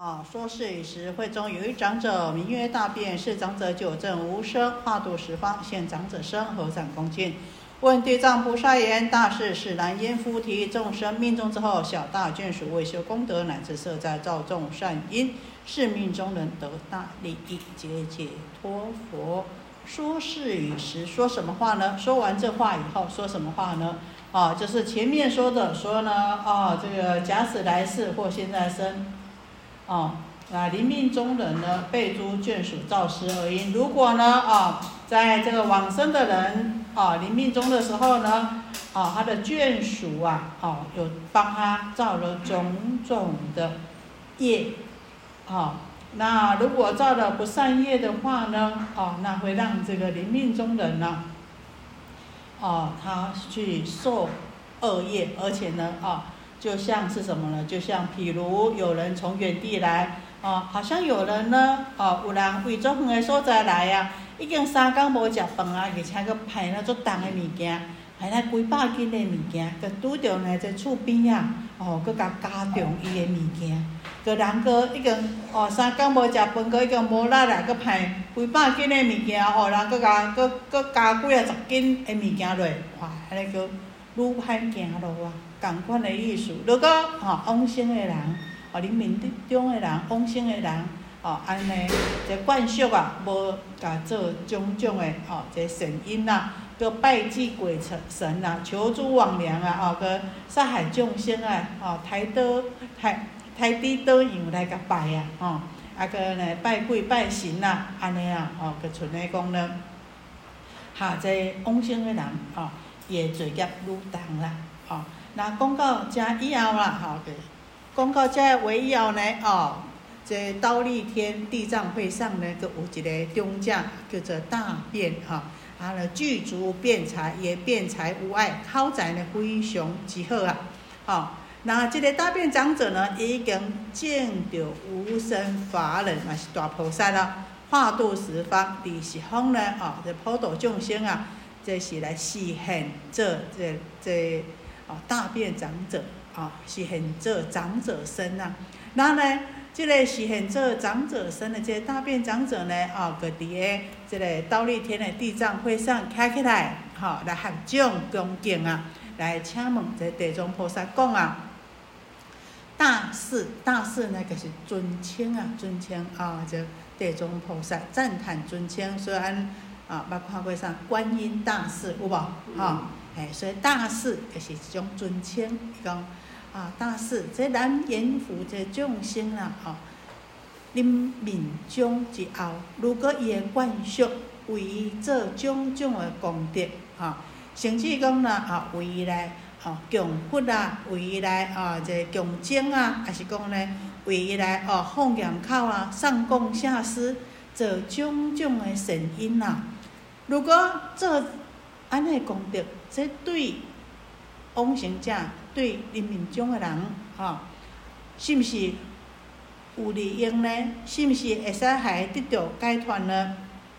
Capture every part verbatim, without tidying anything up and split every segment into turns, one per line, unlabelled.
啊，说是以时，会中有一长者，名曰大辩。是长者久正无声，化度十方，现长者身，合掌恭敬。问地藏菩萨言：大士是然，焉夫提众生命中之后，小大眷属为修功德，乃至摄在造众善因，是命中人得大利益，皆解脱佛。说是以时，说什么话呢？说完这话以后，说什么话呢？啊，就是前面说的，说呢，啊，这个假使来世或现在生。哦，那临命中人呢，被诸眷属造施而因。如果呢，啊，在这个往生的人啊，临命中的时候呢，啊，他的眷属啊，哦、啊，有帮他造了种种的业，啊，那如果造了不善业的话呢，啊，那会让这个临命中人呢，啊，他去受恶业，而且呢，啊。就像是什么呢？就像譬如有人从远地来，哦，好像有人呢，哦，有人为足远的所在来啊，已经三天无食饭啊，而且佫派了足重的物件，派了几百斤的物件，佫拄着呢在厝边啊，哦，佫甲加重伊的物件，佫人佫已經哦三天無食飯，佫已經無力來，佫派幾百斤的物件，哦，人佫甲佫佫加幾啊十斤的物件落，哇，安尼佫愈歹行路啊！同款的意思，如果吼往生的人，吼临命中的人，往生的人，吼安尼这惯习啊，无甲做种种的吼这善因啊，佮拜祭鬼神啊，求诸魍魉啊，吼佮杀害众生啊，吼抬刀抬抬低刀样来甲拜啊，吼啊佮呢拜鬼拜神啊，安尼啊，吼佮剩咧讲呢，哈这往生的人，吼伊的罪业愈重啦，吼。那讲到这以后啦，吼，讲到这为以后呢，哦，这忉利天地藏会上呢，佮有一个中将叫做大辩，吼，啊呢具足辩才，也辩才无碍，口才呢非常之好啊，吼。那这个大辩长者呢，已经见到无生法忍，嘛是大菩萨啦，化度十方，伫十方呢，哦，这普度众生啊，这是来示现这这这。哦，大辩长者啊，是现做长者身啊。然后呢，这个是现做长者身的这个大辩长者呢，哦，佮伫个这个忉利天的地藏会上徛起来，吼、哦，来合掌恭敬啊，来请问这地藏菩萨讲啊，大士大士呢，就是尊称啊，尊称啊，这地藏菩萨赞叹尊称，虽然啊，捌看过啥观音大士有无？哈、哦。哎，所以大士就是一种尊称，伊讲啊，大士这咱阎浮这众生啦，吼、哦，临命终之后，如果伊的惯习为伊做种种的功德，吼、哦，甚至讲啦，啊，为伊来哦供佛啊，为伊来啊这供经啊，还是讲呢，为伊来哦放焰口啊，上供下施，做种种的善因啊。如果做安尼功德，这对往生者、对临命终的人，吼、哦，是毋是有利益呢？是毋是会使互伊得到解脱呢？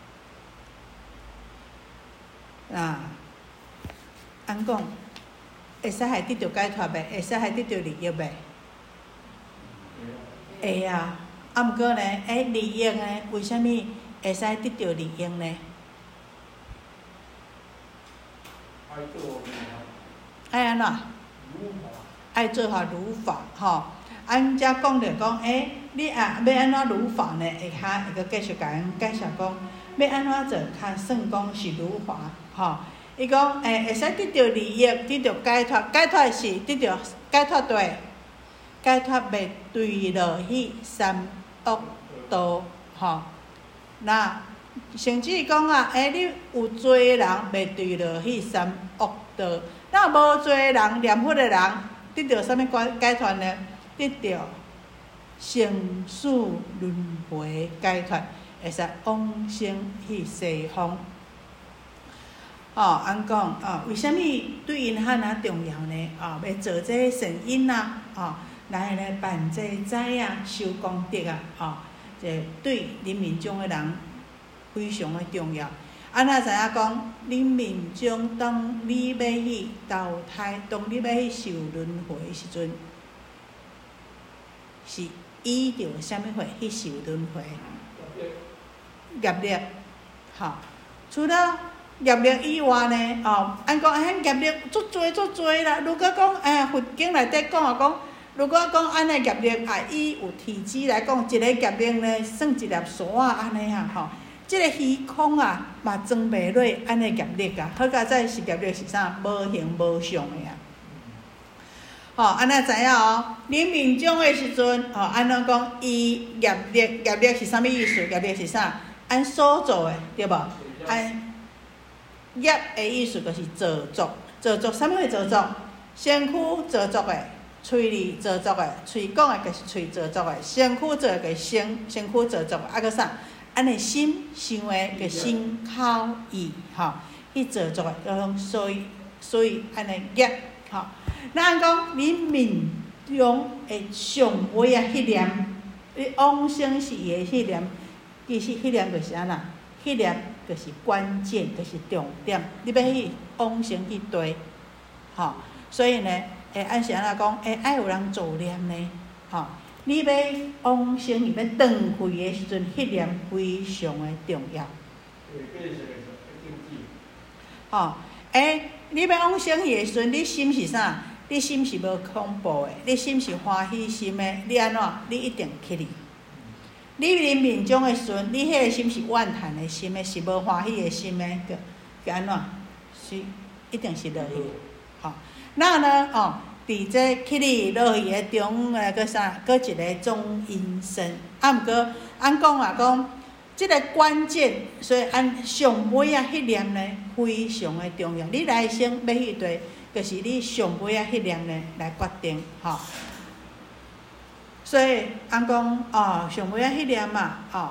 啊，安讲会使互伊得到解脱袂？会使互伊得到利益袂？会啊，啊毋过呢，诶，利益呢？为虾米会使得到利益呢？爱安怎？爱做下如法，吼。按遮讲着讲，诶，你啊要安怎如法呢？下骹会阁继续甲因介绍讲，要安怎做较算讲是如法，吼。伊讲，诶，会使得到利益，得到解脱，解脱是得到解脱对，解脱袂坠落去三恶道，吼。那甚至讲啊，诶，你有罪人袂坠落去三恶道，那无罪人念佛的人得到啥物解解脱呢？得到生死轮回解脱，会使往生去西方。哦，按讲哦，为虾米对因遐尔重要呢？哦，要做这善因啊，哦，来来办这斋啊，修功德啊，哦，这对临命终的人非常的重要。安怎知影讲？临命终当你要去投胎，当你要去受轮回时阵，是伊就有啥物货？去受轮回。业力，吼。除了业力以外呢，哦，按讲迄业力足多足多啦。如果讲诶佛经内底讲啊，讲如果讲安尼业力啊，以有体积来讲，一个业力呢算一粒沙啊，安尼啊，吼。即个虚空啊，嘛装袂落安尼业力啊。好佳在是业力是啥？无形无相的啊。吼，安尼知影哦。你命中的时阵，吼，安怎讲？伊业力业力是啥物意思？业力是啥？按所做的，对无？按业的意思就是造作，造作啥物会造作？身躯造作的，喙里造作的，喙讲的就是喙造作的，身躯造的就是身身躯造作的，啊个啥？安尼心想的个心口意，吼，去造作的，讲所以所以安尼业，吼。咱讲你命中的上尾啊，迄念，你往生是伊的迄念。其实迄念就是安那，迄念就是关键，就是重点。你要去往生去对，吼。所以呢，会按是安那讲，会爱有人助念呢，吼。你要往生，你要转去的时阵，迄念非常的重要。吼，诶，你要往生去的时阵，你心是啥？你心是无恐怖的，你心是欢喜心的，你安怎？你一定去哩。你临命终的时阵，你迄个心是怨叹的心的，是无欢喜的心的，个个安怎？是一定是落去。吼，那呢？哦，伫这去哩落去的中，诶，个啥？个一个中阴身。啊，毋过按讲啊，讲即个关键，所以按上尾啊，迄念呢非常的重要。你来生要去对，就是你上尾啊，迄念呢来决定，吼。所以，按讲哦，上尾啊，迄念嘛，哦，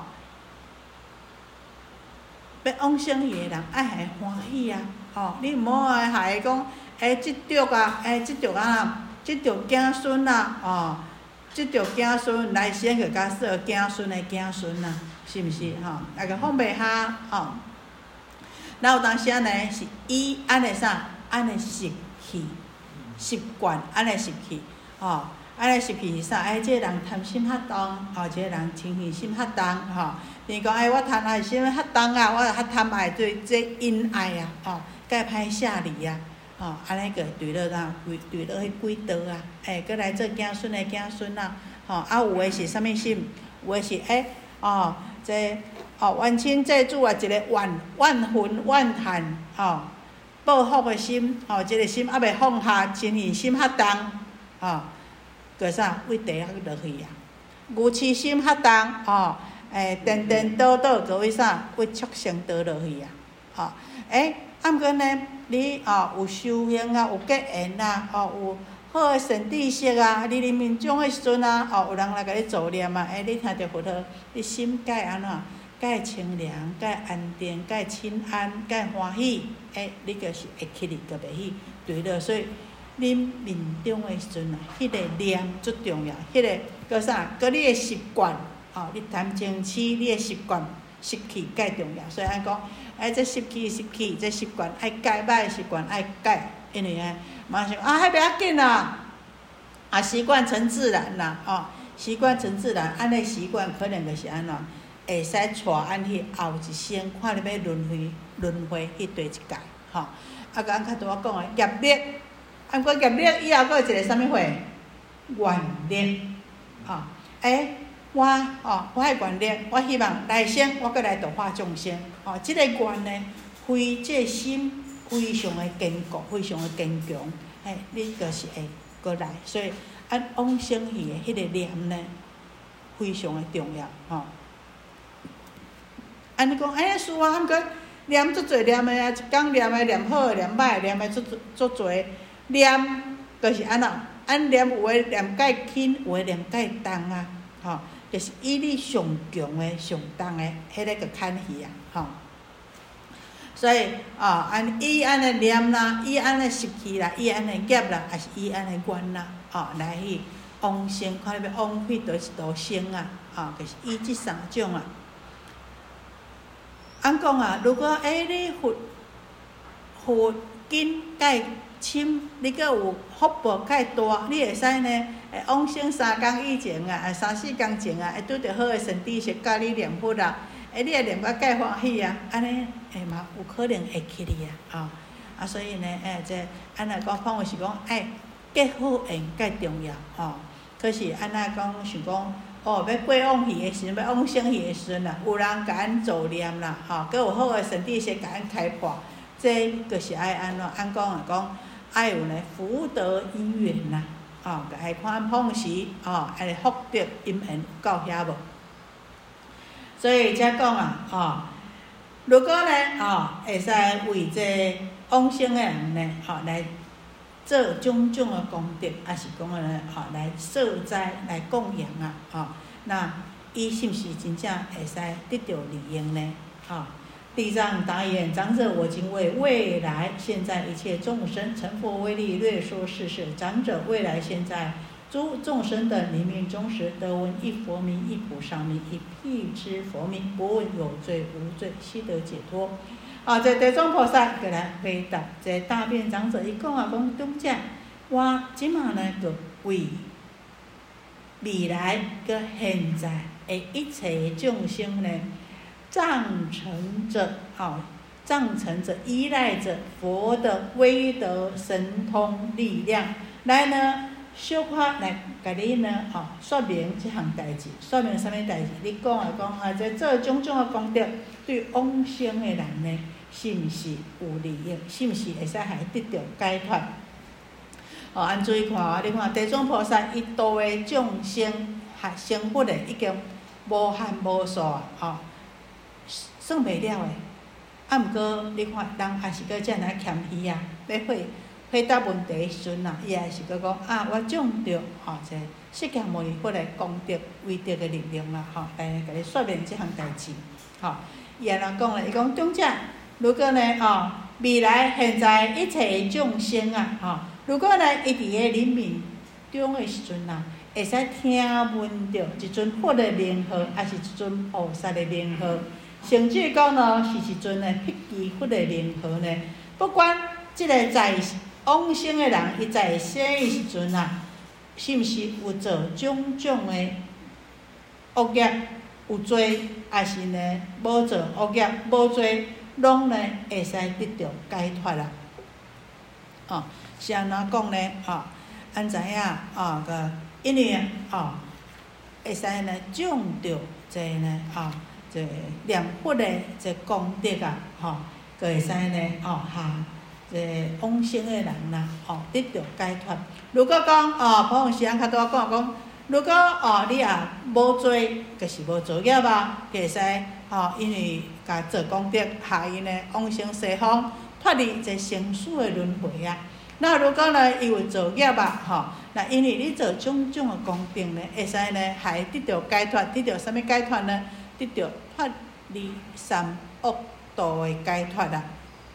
要往生去的人爱还欢喜啊，哦，你毋好爱害伊讲，诶，即着啊，诶，即着啊，即着子孙啊，哦，即着子孙来生去甲说子孙的子孙啊，是毋是吼？啊个放袂下，吼。然后有当时啊呢，是伊安尼啥？安尼习气、习惯，安尼习气，吼。安尼是去是啥？哎，即个人贪心较重，吼，即个人嗔恨心较重，吼。你讲哎，我贪爱心较重啊，我较贪爱对即因爱啊，吼，介歹下离啊，吼，安尼个对落哪，对对落迄几道啊，哎，搁来做子孙的子孙啊，吼，啊有诶是啥物心？有诶是哎，哦，即哦冤亲债主啊，一个怨怨恨怨叹，吼，报复诶心，吼，即个心还袂放下，嗔恨心较重，吼。个啥？为地啊落去啊！牛痴心较重，吼，诶，颠颠倒倒，个为啥？为畜生倒落去啊！吼，诶，啊毋过呢，你哦有修行啊，有结缘啊，哦有好诶善知识啊，你临命终诶时阵啊，哦有人来甲你助念啊，诶，你听着佛号，你心该安怎？该清凉，该安定，该清安，该欢喜，诶，你就是会去哩，个袂去对了，所以。恁命中的时阵啊，迄个念最重要。迄个个啥？个你的习惯，吼，你谈清楚，你的习惯习气介重要。所以按讲，哎，这习气习气，这习惯爱改，歹习惯爱改，因为啊，马上啊，迄袂要紧啦，啊，习惯成自然啦，哦，习惯成自然，安尼习惯可能就是安怎，会使带按去后一生，看你要轮回轮回去对一届，吼。啊，个按较拄我讲的业力。啊，过业力以后，佫有一个啥物货？愿力，吼、哦，诶，我吼，我迄愿力，我希望来生我佫来度化众生，吼、哦，即、这个愿呢，非即个心非常的坚固，非常的坚强，嘿，你就是会过来，所以按往生去的迄个念呢，非常的重要，吼、哦。安尼讲，哎，是啊，毋过念足侪念的啊，一工念的念好，念歹，念的足足侪。念就是安怎？按念有诶念介轻，有诶念介重啊，吼，就是以你上强诶、上重诶，迄个个牵去啊，吼。所以啊，按以安尼念啦，以安尼习气啦，以安尼业啦，还是以安尼愿啦，哦，来去往生，看你要往去倒一道生啊，哦，就是以即三种啊。按讲啊，如果诶你佛佛经介深，你阁有福报介大，你会使呢， 诶，往生三工以前啊，三四工前啊，会拄着好诶善知识教你念佛啊，诶，你会念甲介欢喜啊，安尼诶嘛有可能会去你啊，啊，啊，所以呢，诶，这安那讲，反而是讲爱结好缘介重要，吼。可是安那讲想讲，哦，要过往去诶时阵，要往生去诶时阵啦，有人甲咱助念啦，吼，佮有好诶善知识甲咱开破，这就是爱安怎，按讲啊讲，爱有呢福德因缘啦。哦，爱看碰时，哦，安尼福德因缘到遐无？所以才讲啊，哦，如果呢，哦，会使为这往生的人呢，哦，来做种种的功德，还是讲呢，哦，来设斋来供养啊，哦，那伊是毋是真正会使得到利益呢？哦。地藏答言：长者，我今为未来现在一切众生成佛威力略说世事。长者未来现在诸众生的临命终时，得闻一佛名、一菩萨名、一辟支佛名，不问有罪无罪，悉得解脱。啊，这地藏菩萨过来回答这大辩长者，伊讲啊讲中正，我即马呢就为未来跟现在的一切众生呢。仗承着，好，仗承着，依赖着佛的威德、神通、力量，来呢，小可来甲你呢，吼，说明这项代志，说明啥物代志？你讲来讲啊，这做种种的功德，对往生的人呢，是毋是有利益？是毋是会使还得到解脱？哦，按注意看啊，你看地藏菩萨伊度的众生，还成佛的已经无限无数啊，吼。算袂了诶，啊，毋过你看人也是搁遮尔谦虚啊，要回回答问题诶时阵呐，伊也是搁讲啊，我种着吼这释迦牟尼佛诶功德、威德诶力量啦，吼，来甲你说明即项代志，吼，伊安怎讲咧？伊讲中正，如果呢，吼，未来现在一切众生啊，吼，如果呢，伊伫个临命中诶时阵呐，会使听闻着一尊佛诶名号，还是一尊菩萨诶名号。甚至讲呢，是一尊呢辟支佛的名号呢。不管即个在往生的人，伊在生的时阵啊，是毋是有做种种的恶业有罪，还是呢无做恶业无罪，拢呢会使得到解脱啦。哦，是安怎讲呢？哦，安知影？哦，个因为哦，会使呢种着这呢，哦。这念佛的这功德啊，吼，佮会使呢，哦哈，这往生的人呐，哦得到解脱。如果讲哦，普通时间较多讲讲，如果哦你也无做，就是无作业啊，会使哦，因为甲做功德，下伊呢往生西方，脱离这生死的轮回啊。那如果呢伊有作业啊，吼，那因为你做种种的功德呢，会使呢还得到解脱，得到啥物解脱呢？得到脱离三恶道的解脱啦。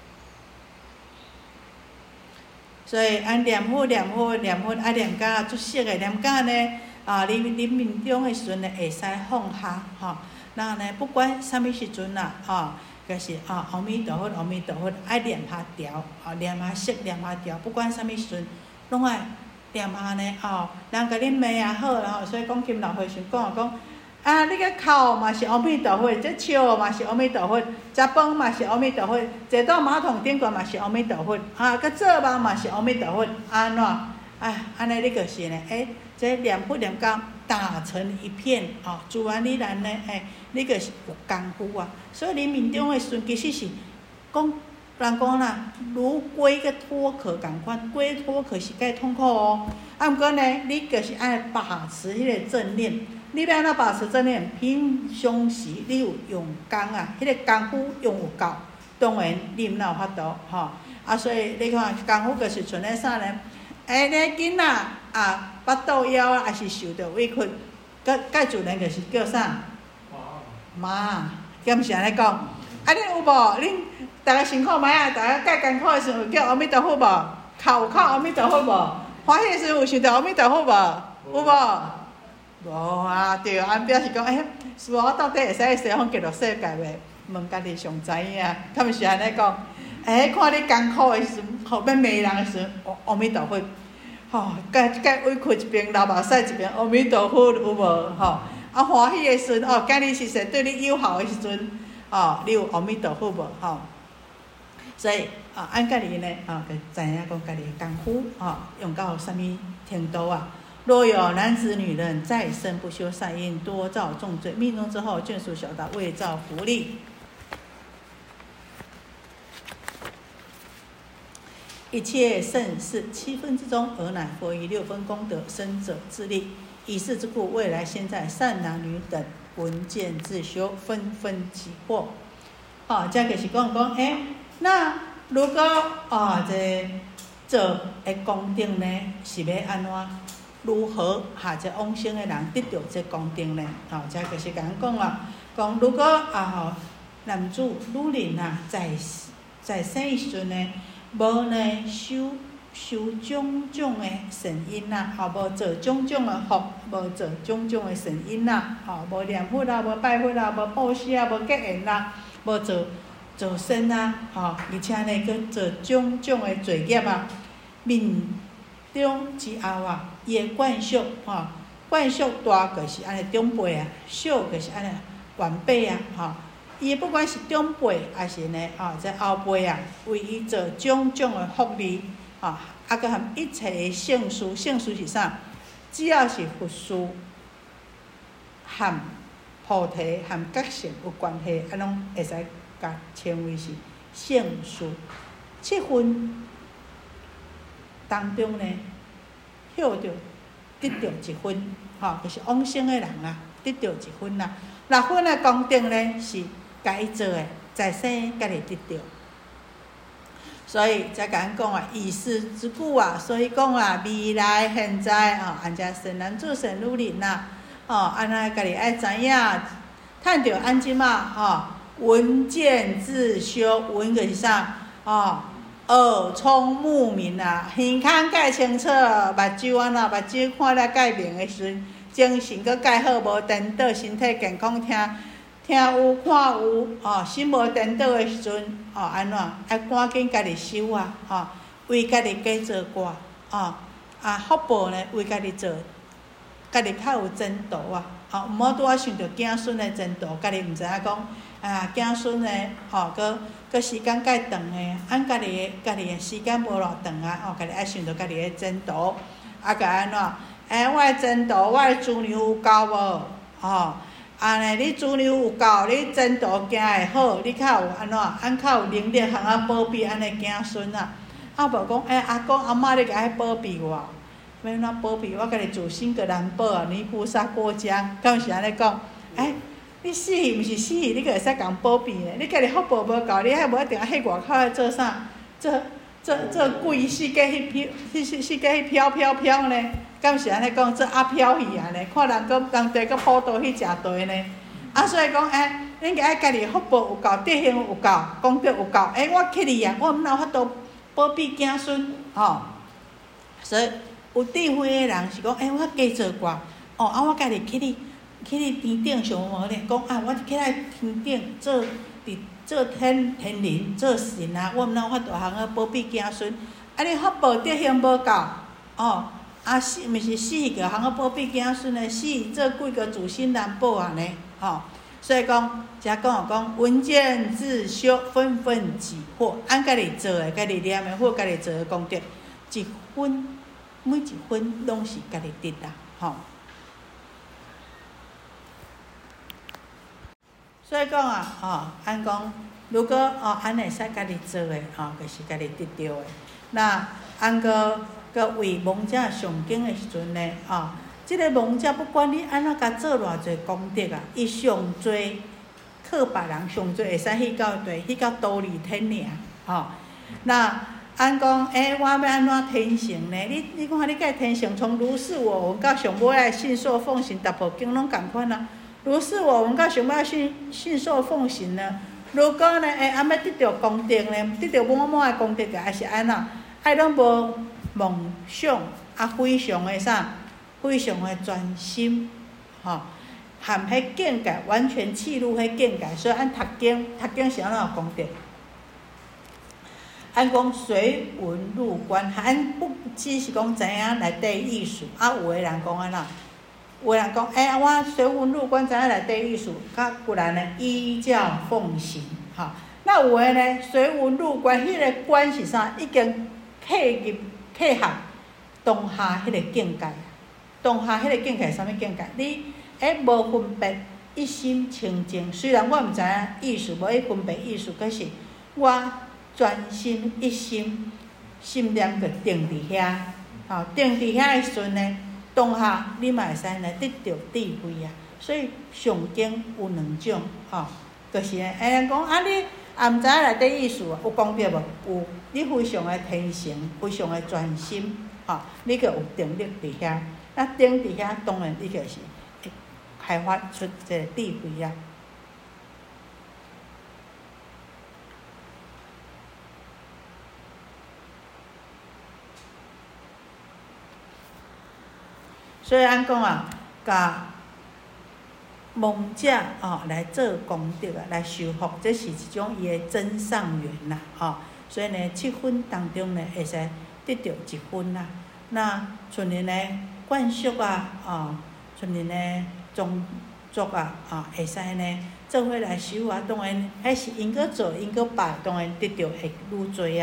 所以按念佛、念佛、念佛，爱念甲出色的念甲呢，啊，你你命中的时阵呢，会使放下吼。那呢，不管啥物时阵啦，吼，就是啊，阿弥陀佛，阿弥陀佛，爱念下调，啊，念下色，念下调，不管啥物时阵，拢爱念下呢，哦，人甲你骂也好，然后所以讲金老和尚讲啊讲。啊！你个哭嘛是阿弥陀佛，这笑嘛是阿弥陀佛，食饭嘛是阿弥陀佛，坐到马桶顶悬嘛是阿弥陀佛，啊，佮做梦嘛是阿弥陀佛，安怎？哎，安尼你就是呢，哎，这念佛念到打成一片哦，自然而然呢，哎，你就是有功夫啊。所以你命中的时阵，其实是讲人讲啦，如龟个脱壳共款，龟脱壳是介痛苦哦。啊，毋过呢，你就是爱把持迄个正念。你要安怎保持正念？平常时你有用功啊，迄、那个功夫用有够，当然你毋哪有法度吼。啊，所以你看功夫就是像咧啥呢？哎，你囡仔啊，腹肚枵啊，还是受着委屈，佮介自然就是叫啥？妈，敢毋是安尼讲？啊，恁有无？恁逐个辛苦歹啊？逐个介艰苦的时候叫阿弥陀佛无？哭有哭阿弥陀佛无？欢喜的时候有想着阿弥陀佛无？有无？无啊，对，安表示讲，哎、欸，是无我到底会使西方极乐世界袂？问家己上知影，敢毋是安尼讲？哎、欸，看你艰苦的时阵，后面骂人的时阵，阿阿弥陀佛， 吼，甲甲委屈一边流目屎一边阿弥陀佛有无吼？啊欢喜的时阵哦，今日是谁对你友好的时阵哦，你有阿弥陀佛无吼？所以啊，按家己呢啊，就知影讲家己的功夫啊，用到啥物程度啊？若有男子女人再生不修善因，多造重罪，命中之后眷属小达，未造福利。一切盛事七分之中，而乃佛以六分功德生者自利。以是之故，未来现在善男女等闻见自修，纷纷起惑。哦，这就是讲讲，诶、欸，那如果哦，这做的功德呢，是要安怎？如何哈？这往生的人得到这功德呢？哦，这就是讲讲啊，讲如果啊吼，男子女人啊，在在生时阵呢，无呢修修种种的善因呐，吼，无做种种的福，无做种种的善因呐，吼，无念佛啊，无拜佛啊，无布施啊，无结缘啊，无做做善啊，吼，而且呢，佮做种种的罪业啊，命中之后啊。伊的惯属吼，惯属大就是安尼长辈啊，小就是安尼晚辈啊，吼，伊不管是长辈还是呢，吼，这后辈啊，为伊做种种的福利，吼，啊，佮含一切的圣事，圣事是啥？只要是佛事，含菩提、含觉醒有关系，啊，拢会使甲称为是圣事。七分当中呢，获着得到一分，吼，就是往生的人啊，得到一分啦。六分的功德呢，是家己做的，在生家己得到。所以才甲咱讲啊，以是之故啊，所以讲啊，未来现在啊，安遮善男子善女人呐，吼，安尼家己爱知影，趁着安即嘛，吼，闻见自修，闻就是啥，吼。耳聪目明啊，耳孔介清楚，目睭啊呐，目睭看了介明的时阵，精神阁介好，无颠倒，身体健康，听听有看有，哦，心无颠倒的时阵，哦，安怎？爱赶紧家己修啊，哦，为家己加做歌，哦，啊，福报呢，为家己做，家己较有前途啊，哦，毋好拄啊想着子孙的前途，家己毋知影讲，啊，子孙呢，哦，阁。个时间介长诶，按家己诶家己诶时间无偌长啊，哦，家己爱想着家己诶前途，啊，甲安怎？诶，我诶前途，我诶资粮有够无？吼，啊呢，你资粮有够，你前途行会好，你较有安怎？按较有能力通啊保庇安尼子孙啊，啊无讲诶，阿公阿嬷你甲爱保庇我，要安怎保庇？我家己自身个难保啊，泥菩萨过江，敢是安尼讲？诶。你死去毋是死去，你阁会使共保庇呢？你家己福报无够，你还无一定喺外口来做啥？做做做鬼世界迄飘，迄世世界迄飘飘飘呢？敢是安尼讲？做阿飘去安尼？看人阁人地阁普渡去食地呢？啊，所以讲，诶，恁家家己福报有够，德行有够，功德有够，诶，我去哩啊，我毋哪有法度保庇子孙？吼，所以有智慧的人是讲，诶，我加做寡，哦，啊，我家己去哩。去哩天顶上无咧，讲啊，我起来天顶做伫做天天人做神啊，我毋哪有法度通啊保庇子孙。啊，你福报德行无够，哦，啊死毋是死个通啊保庇子孙诶，死做几个自身难保安尼，吼。所以讲，遮讲讲闻见自修，纷纷己惑，按家己做诶，家己念诶，或家己做诶功德，一分每一分拢是家己得啦，吼。所以讲啊，吼，按讲，如果哦，按会使家己做诶，吼，就是家己得到诶。那按个个为亡者上经诶时阵呢，吼，即个亡者不管你安怎甲做偌济功德啊，伊上最靠别人上最会使去到地，去到刀里天尔，吼。那按讲，诶、欸，我要安怎天成呢？你你看，你甲天成，从如是我闻到上尾爱信受奉行，逐部经拢共款啊。如是我闻到上尾信信受奉行呢？如果呢，会暗要得到功德呢？得到满满的功德，还是安怎？爱拢无梦想，啊，非常的啥？非常的专心，吼，含迄境界，完全契入迄境界，所以按读经，读经是安怎有功德？ 按讲随文入观，按不只是讲知影内底意思，啊有诶人讲安那，有诶人讲，哎、欸，我随文入观知影内底意思，较固然呢依教奉行，哈。那有诶呢随文入观，迄、那个观是啥？已经契入契合当下迄个境界，当下迄个境界是啥物境界？你哎无分别，一心清净。虽然我毋知影意思，无去分别意思，可是我专心一心，心念就定伫遐，吼，定伫遐诶时阵呢，当下你嘛会使呢得到智慧啊。所以上经有两种，吼，就是呢，哎人讲啊你也毋知影内底意思，有讲对无？有，你非常诶虔诚，非常诶专心，吼，你就有定力伫遐。那定伫遐，当然你就是会开发出这个智慧啊。所以咱讲啊，甲亡者哦来做功德啊，来修福，这是一种伊的真上缘啦，哦。所以呢，七分当中呢，会使得到一分啦。那像恁呢灌输啊，哦，像恁呢宗族啊，啊，会使呢做伙来修啊，当然还是因个做，因个拜，当然得到会愈多啊。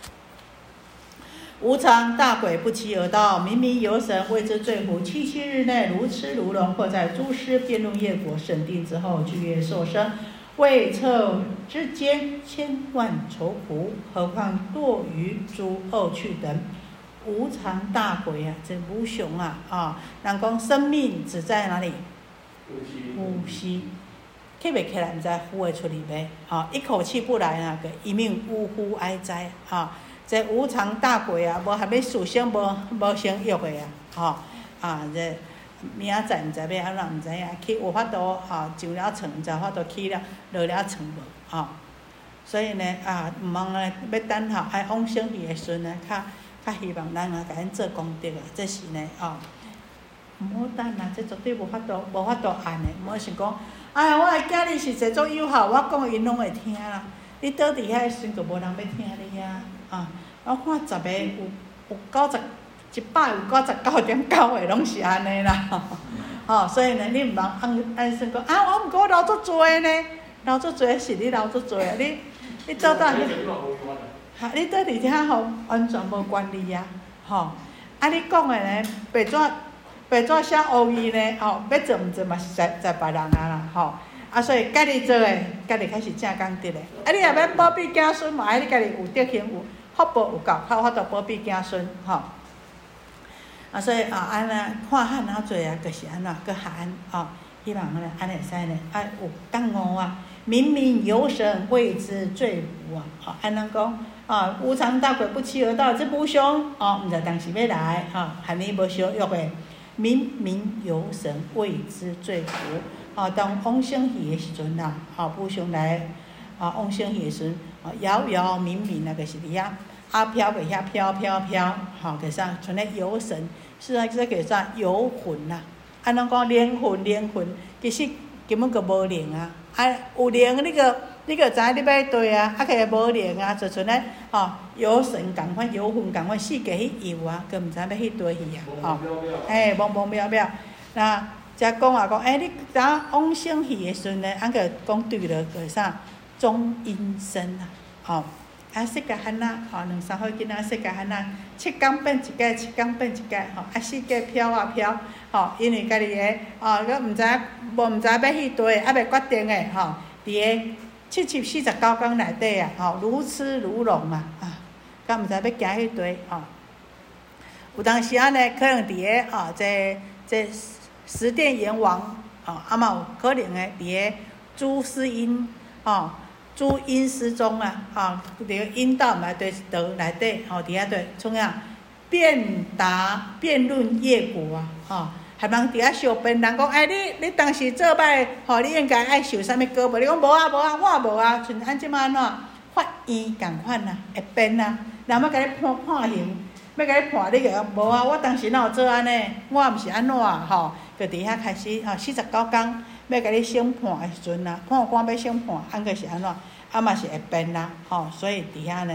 无常大鬼不期而到，冥冥游神谓之罪乎？七七日内如痴如聋，或在诸师辩论业果审定之后，具业受生，未测之间千万愁苦，何况堕于诸恶趣等。无常大鬼啊，这无常啊啊！人讲生命只在哪里？呼吸，起袂起来，唔知呼会出嚟未？啊，一口气不来啊，个一命呜呼哀哉啊！这无常大鬼啊，无还要事生无无生育的啊，吼啊！这明仔载毋知要安怎，毋知影去有法度吼上了床，毋知法度起了落了床无吼。所以呢啊，毋通呢要等吼爱往生去的时阵呢，较较希望咱啊，甲咱做功德啊，这是呢哦，毋好等啊，这绝对无法度无法度按的，毋好想讲，哎呀，我的囝儿是坐做友好，我讲因拢会听啦。你倒伫遐的时阵，就无人要听你啊。啊，我看十个有有九十，一百有九十九点九个拢是安尼啦，吼、哦，所以呢，你毋通按按算讲啊，我毋过留足多呢，留足多是你留足多啊，你你做到遐，哈，你倒伫遐吼，完全无管理啊，吼、哦，啊，你讲的呢，白纸白纸写乌字呢，吼、哦，要做毋做嘛是在在别人啊啦，吼、哦。啊，所以家己做诶，家己开始正功德诶。啊，你若要保庇子孙嘛，爱你家己有德行有福报有够，较有法度保庇子孙吼。啊，所以啊，安尼看汉哪济啊，就是安怎搁汉哦，希望呢安尼会使呢，啊有觉悟啊，冥冥游神谓之罪福啊。哦，安怎讲啊？无常大鬼不期而到，这无常哦，毋知当时要来吼，还你无小约诶，冥冥游神谓之罪福。哦，当往生去的时阵啦，哦，无常来，啊，往生去的时阵，哦，遥遥冥冥啊，就是伫遐啊飘袂遐飘飘飘，吼、哦，叫啥？像咧游神，是啊，这叫啥？游魂啦。啊，人讲灵魂，灵魂，其实根本就无灵啊。啊，有灵，你个你个知影你要对啊，啊，个无灵啊，就像咧，吼，游神共款，游魂共款，四界去游啊，佮毋知要去佗去啊，吼，哎，茫茫渺渺，那。则讲啊讲，哎，你当往生去的时阵呢，俺个讲对了，个啥中阴身啊，吼、哦，啊，世界汉仔，吼、哦，两三岁囡仔世界汉仔，七天变一界，七天变一界，吼、哦，啊，四界飘啊飘，吼、哦，因为家己个，哦，佮毋知，无毋知要去佗，还袂决定诶，吼、哦，伫个七七四十九天内底啊，吼、哦，如痴如聋啊，啊，佮毋知要行去佗，吼、哦，有当时啊呢，可能伫个，吼、哦，这这。十殿阎王，哦，啊嘛有可能诶，伫个诸师因，哦，诸阴师中啊，哦，伫个阴道内底道内底，吼，伫遐对，怎样辩答辩论业果啊，吼，还人伫遐相辩，人讲，哎，你你当时做歹，吼，你应该爱受啥物果无？你讲无啊无啊，我无啊，像按即马安怎法院共款啊，会辩啊，人要甲你判判刑，要甲你判，你个无啊，我当时哪有做安尼，我毋是安怎吼。就伫遐开始吼，四十九天要甲你审判的时阵啊，判官要审判，按个是安怎，啊嘛是会变啦，吼，所以伫遐呢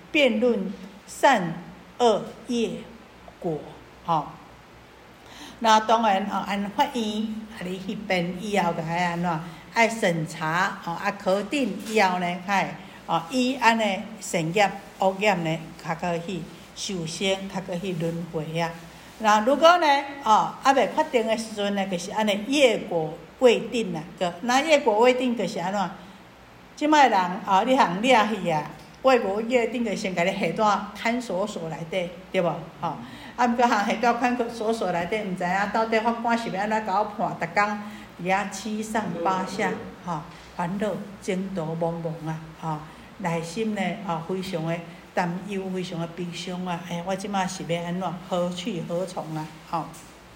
辩论善恶业果，吼。那当然哦，按法院啊，你去辩以后，就爱安怎？爱审查哦，啊考定以后呢，开哦，伊安尼善业恶业呢，较可去受生，较可去轮回啊。那如果呢，哦，还未确定的时阵呢，就是安尼业果未定啦。个那业果未定，就是安怎？即摆人哦，你行掠去啊，业果未定，就先甲你下带看守所内底，对无？吼、哦，啊，毋过行下带看守所内底，毋知影到底法官是要安怎甲我判？逐工伫遐七上八下，吼、哦，烦恼争夺茫茫啊，吼、哦，内心呢，哦，非常的担忧，非常的悲伤啊！哎，我即摆是要安怎？何去何从啊？吼、哦。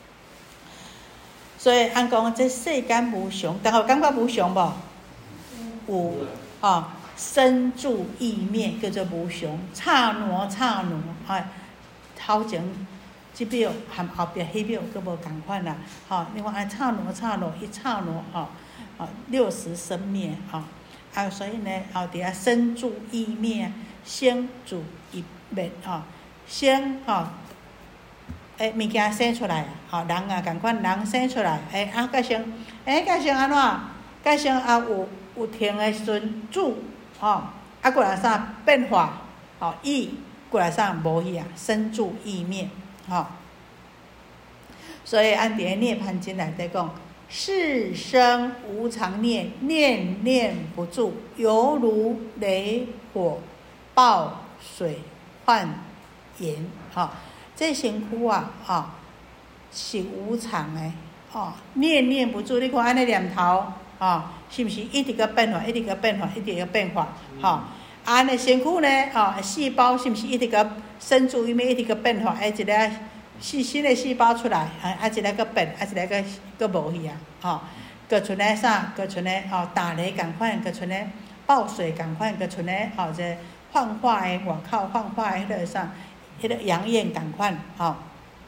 所以按讲，这世间无常，大家有感觉无常无？有，吼、哦，生住异灭叫做无常，刹那刹那，哎，头前即秒含后壁迄秒佫无共款啦，吼、哦，你看按刹那刹那一刹那，吼、哦，哦，六时生灭，吼、哦，啊，所以呢，后伫遐生住异灭，生住异灭，吼、哦，生，吼、哦。诶，物件生出来啊，吼，人啊，共款人生出来，诶，啊，改成，诶，改成安怎？改成啊，有有停诶时阵住，吼，啊，过来啥变化，吼，异过来啥无去啊，生住异灭，吼。所以按伫咧涅槃经内底讲，世生无常念，念念不住，犹如雷火爆水幻炎，吼。这身躯啊，吼、哦，是无常诶，吼、哦，念念不住。你看安尼念头，吼、哦，是毋是一直个变化，一直个变化，一直个变化，吼、哦？安尼身躯呢，吼、哦，细胞是毋是一直个生住异灭，一直个变化？哎，一个新新的细胞出来，啊，啊，一个个变，啊，一个个个无去啊，吼、哦，搁剩咧啥？搁剩咧吼打雷共款，搁剩咧爆水共款，搁剩咧吼这幻化诶，外口幻化诶迄个啥？迄个阳焰共款，吼、哦。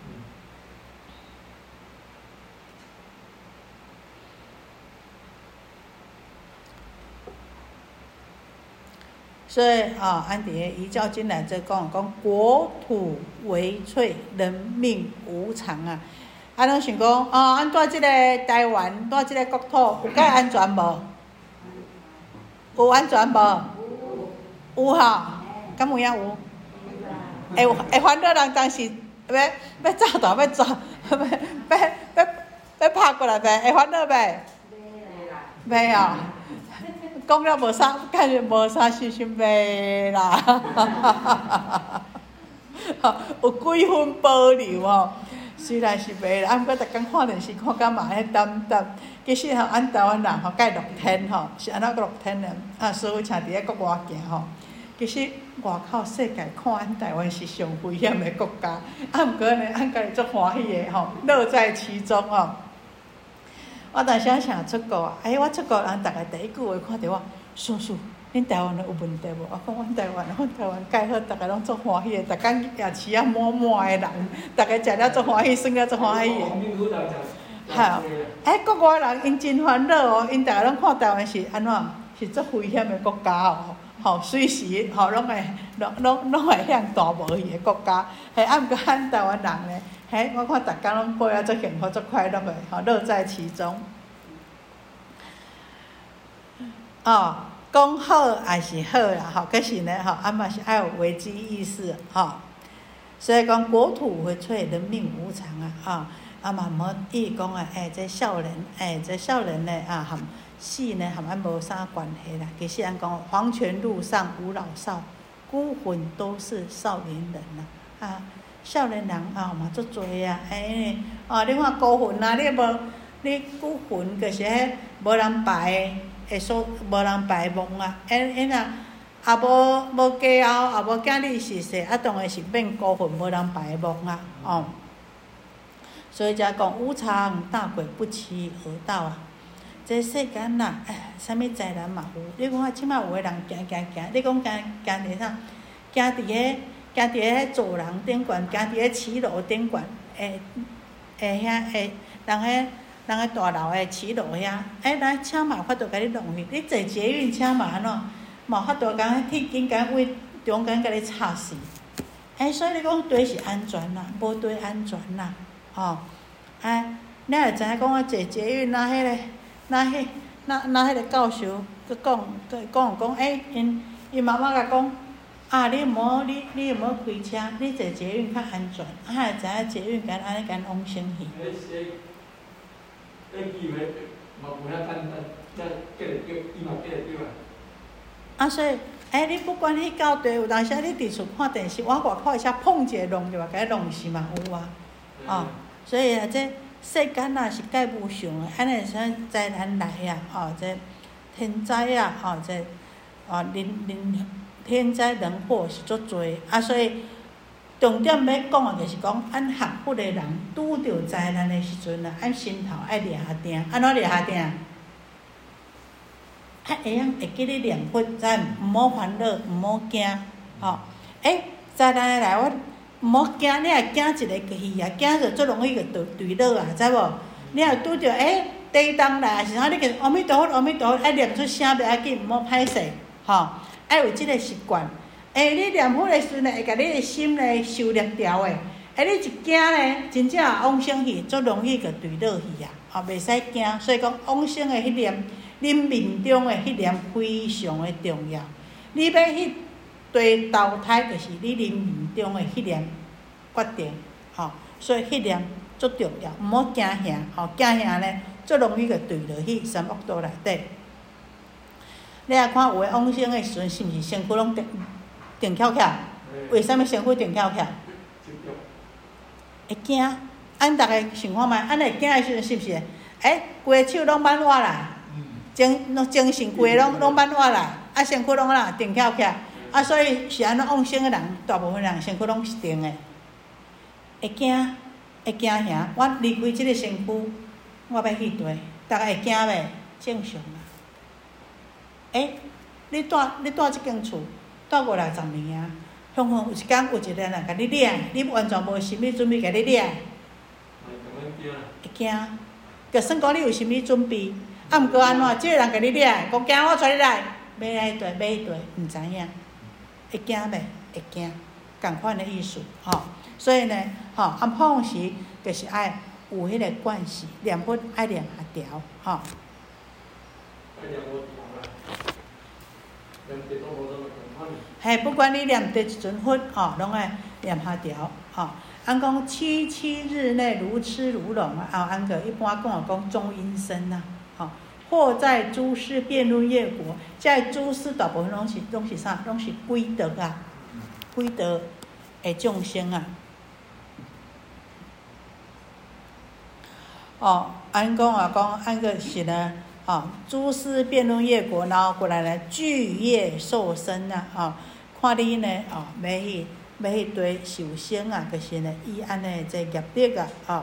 所以啊，按伫个遗教经内则讲，讲国土为脆，人命无常啊。啊，拢想讲，哦，按住即个台湾，住即个国土，有介安全无？有安全无？有吼，敢有影有？会会烦恼人当时要要走大要走，要要要要拍过来袂？会烦恼袂？袂哦，讲了无啥，感觉无啥信心袂啦。有几分保留吼，虽然是袂啦，啊，毋过逐工看电视看甲嘛迄淡淡。其实吼，按台湾人吼，介乐天吼，是安怎个乐天呢？啊，所有请伫咧国外行吼。其实外口世界看咱台湾是上危险的国家，啊，毋过呢，咱家己足欢喜的吼，乐在其中吼。我当时想出国，哎，我出国人逐个第一句话看到我，叔叔，恁台湾有问题无？我讲阮台湾，阮台湾介好，逐个拢足欢喜的，逐工夜市啊满满的人，逐个食了足欢喜，耍了足欢喜的。好，哎，国外人因真烦恼哦，因逐个拢看台湾是安怎？是足危险的国家哦。吼，随时吼拢会，拢拢拢会向大无去的国家。嘿，啊，毋过咱台湾人呢，嘿，我看逐工拢过啊足幸福、足快乐的，吼，乐在其中。哦，讲好也是好啦，吼，可是呢，吼，啊嘛是爱有危机意识，吼。所以讲国土为脆，人命无常啊，啊，啊嘛无意讲啊，哎，这少年，哎，这少年呢，啊含。死呢，含咱无啥关系啦。其实按讲，黄泉路上无老少，孤魂都是少年人啦。啊，少年人啊嘛足多啊，哎，哦，你看孤魂啊，你无你孤魂就是迄无人拜的所，无人拜梦啊。因因啊，也无无家后，也无囝儿逝世，啊，当然是变孤魂，无人拜的梦啊。哦，所以才讲无常大鬼不期而到啊。这世间呐，哎，啥物灾难嘛有？你看即摆有个人行行行，你讲行行伫啥？行伫个行伫个走廊顶悬，行伫个骑楼顶悬，诶诶遐诶，人个人个大楼诶骑楼遐，诶，咱车嘛有法度甲你弄去。你坐捷运车嘛安怎？嘛有法度甲你铁紧甲为中间甲你插死。哎，所以你讲对是安全啦，无对安全啦，吼。哎，你会知影讲我坐捷运那迄个，那迄那那迄个教授佮讲，佮讲讲，哎，因因妈妈甲讲，啊，你毋好你你毋好开车，你坐捷运较安全。啊，会知影捷运敢安尼敢往生去。
哎，是，哎，以为嘛有遐简单，才记得叫，伊嘛记得叫啊。啊，
所以。哎，你不管你到地，有当时你伫厝看电视，往外口一下碰一下弄着嘛，甲伊弄死嘛有啊，哦，所以啊，这世间啊是介无常诶，安尼啥灾难来啊，哦，这天灾啊，哦，这哦人人天灾人祸是足多，啊，所以重点要讲诶，就是讲，咱学佛诶人拄着灾难诶时阵啊，按心头爱抓下定，安怎抓下定？啊，会晓会记咧念佛，再毋好烦恼，毋好惊，吼。诶，灾难来，我毋好惊，你若惊一个去啊，惊着足容易着坠落啊，知无？你若拄着诶地动来，是啥？你个阿弥陀佛，阿弥陀佛，爱念出声袂要紧，毋好歹势，吼。爱有即个习惯。诶，你念佛诶时阵，会甲你诶心咧收摄调诶。诶，你一惊咧，真正往生去，足容易着坠落去啊，吼，袂使惊。所以讲往生诶迄念。恁面中诶迄念非常诶重要，你要去对投胎，就是你恁面中诶迄念决定，吼，所以迄念足重要，毋好惊吓，吼，惊吓咧，足容易个坠落去三恶道内底。你来看有诶往生诶时阵，是毋是身躯拢定定翘翘？为什物身躯定翘翘？会惊，按逐个想看觅，按会惊诶时阵是毋是？诶，规个手拢挽活来。精精神规个拢拢挽活来，啊身躯拢啦定翘翘，啊所以是安怎往生诶人，大部分人身躯拢是定诶。会惊会惊啥？我离开即个身躯，我要去地，大家会惊袂？正常啊。诶，你住你住即间厝，住五六十年啊，哼哼有一天有一个人甲你掠，你完全无心理准备甲你掠，会惊。就算讲你有心理准备。啊，毋过安怎？即个人甲你掠，讲惊我带你来，买来地买地，毋知影，会惊袂？会惊，共款的意思，吼。所以呢，吼，啊碰时就是爱有迄个惯势，念佛爱念下调，吼。爱念无调啦，念地都无怎么共款。嘿，不管你念第一尊佛，吼，拢爱念下调，吼。按讲七七日内如痴如聋啊，啊，按个一般讲讲中阴身呐。吼，或在诸事辩论业国，在诸事大部分拢是拢是啥？拢是鬼道啊，鬼道的众生啊。哦，按讲啊讲，按个是呢，哦，诸事辩论业国，然后过来呢，具业受身啊，哦，看你呢，哦，要去要去对受生啊，就是呢，以安尼这业力啊，哦。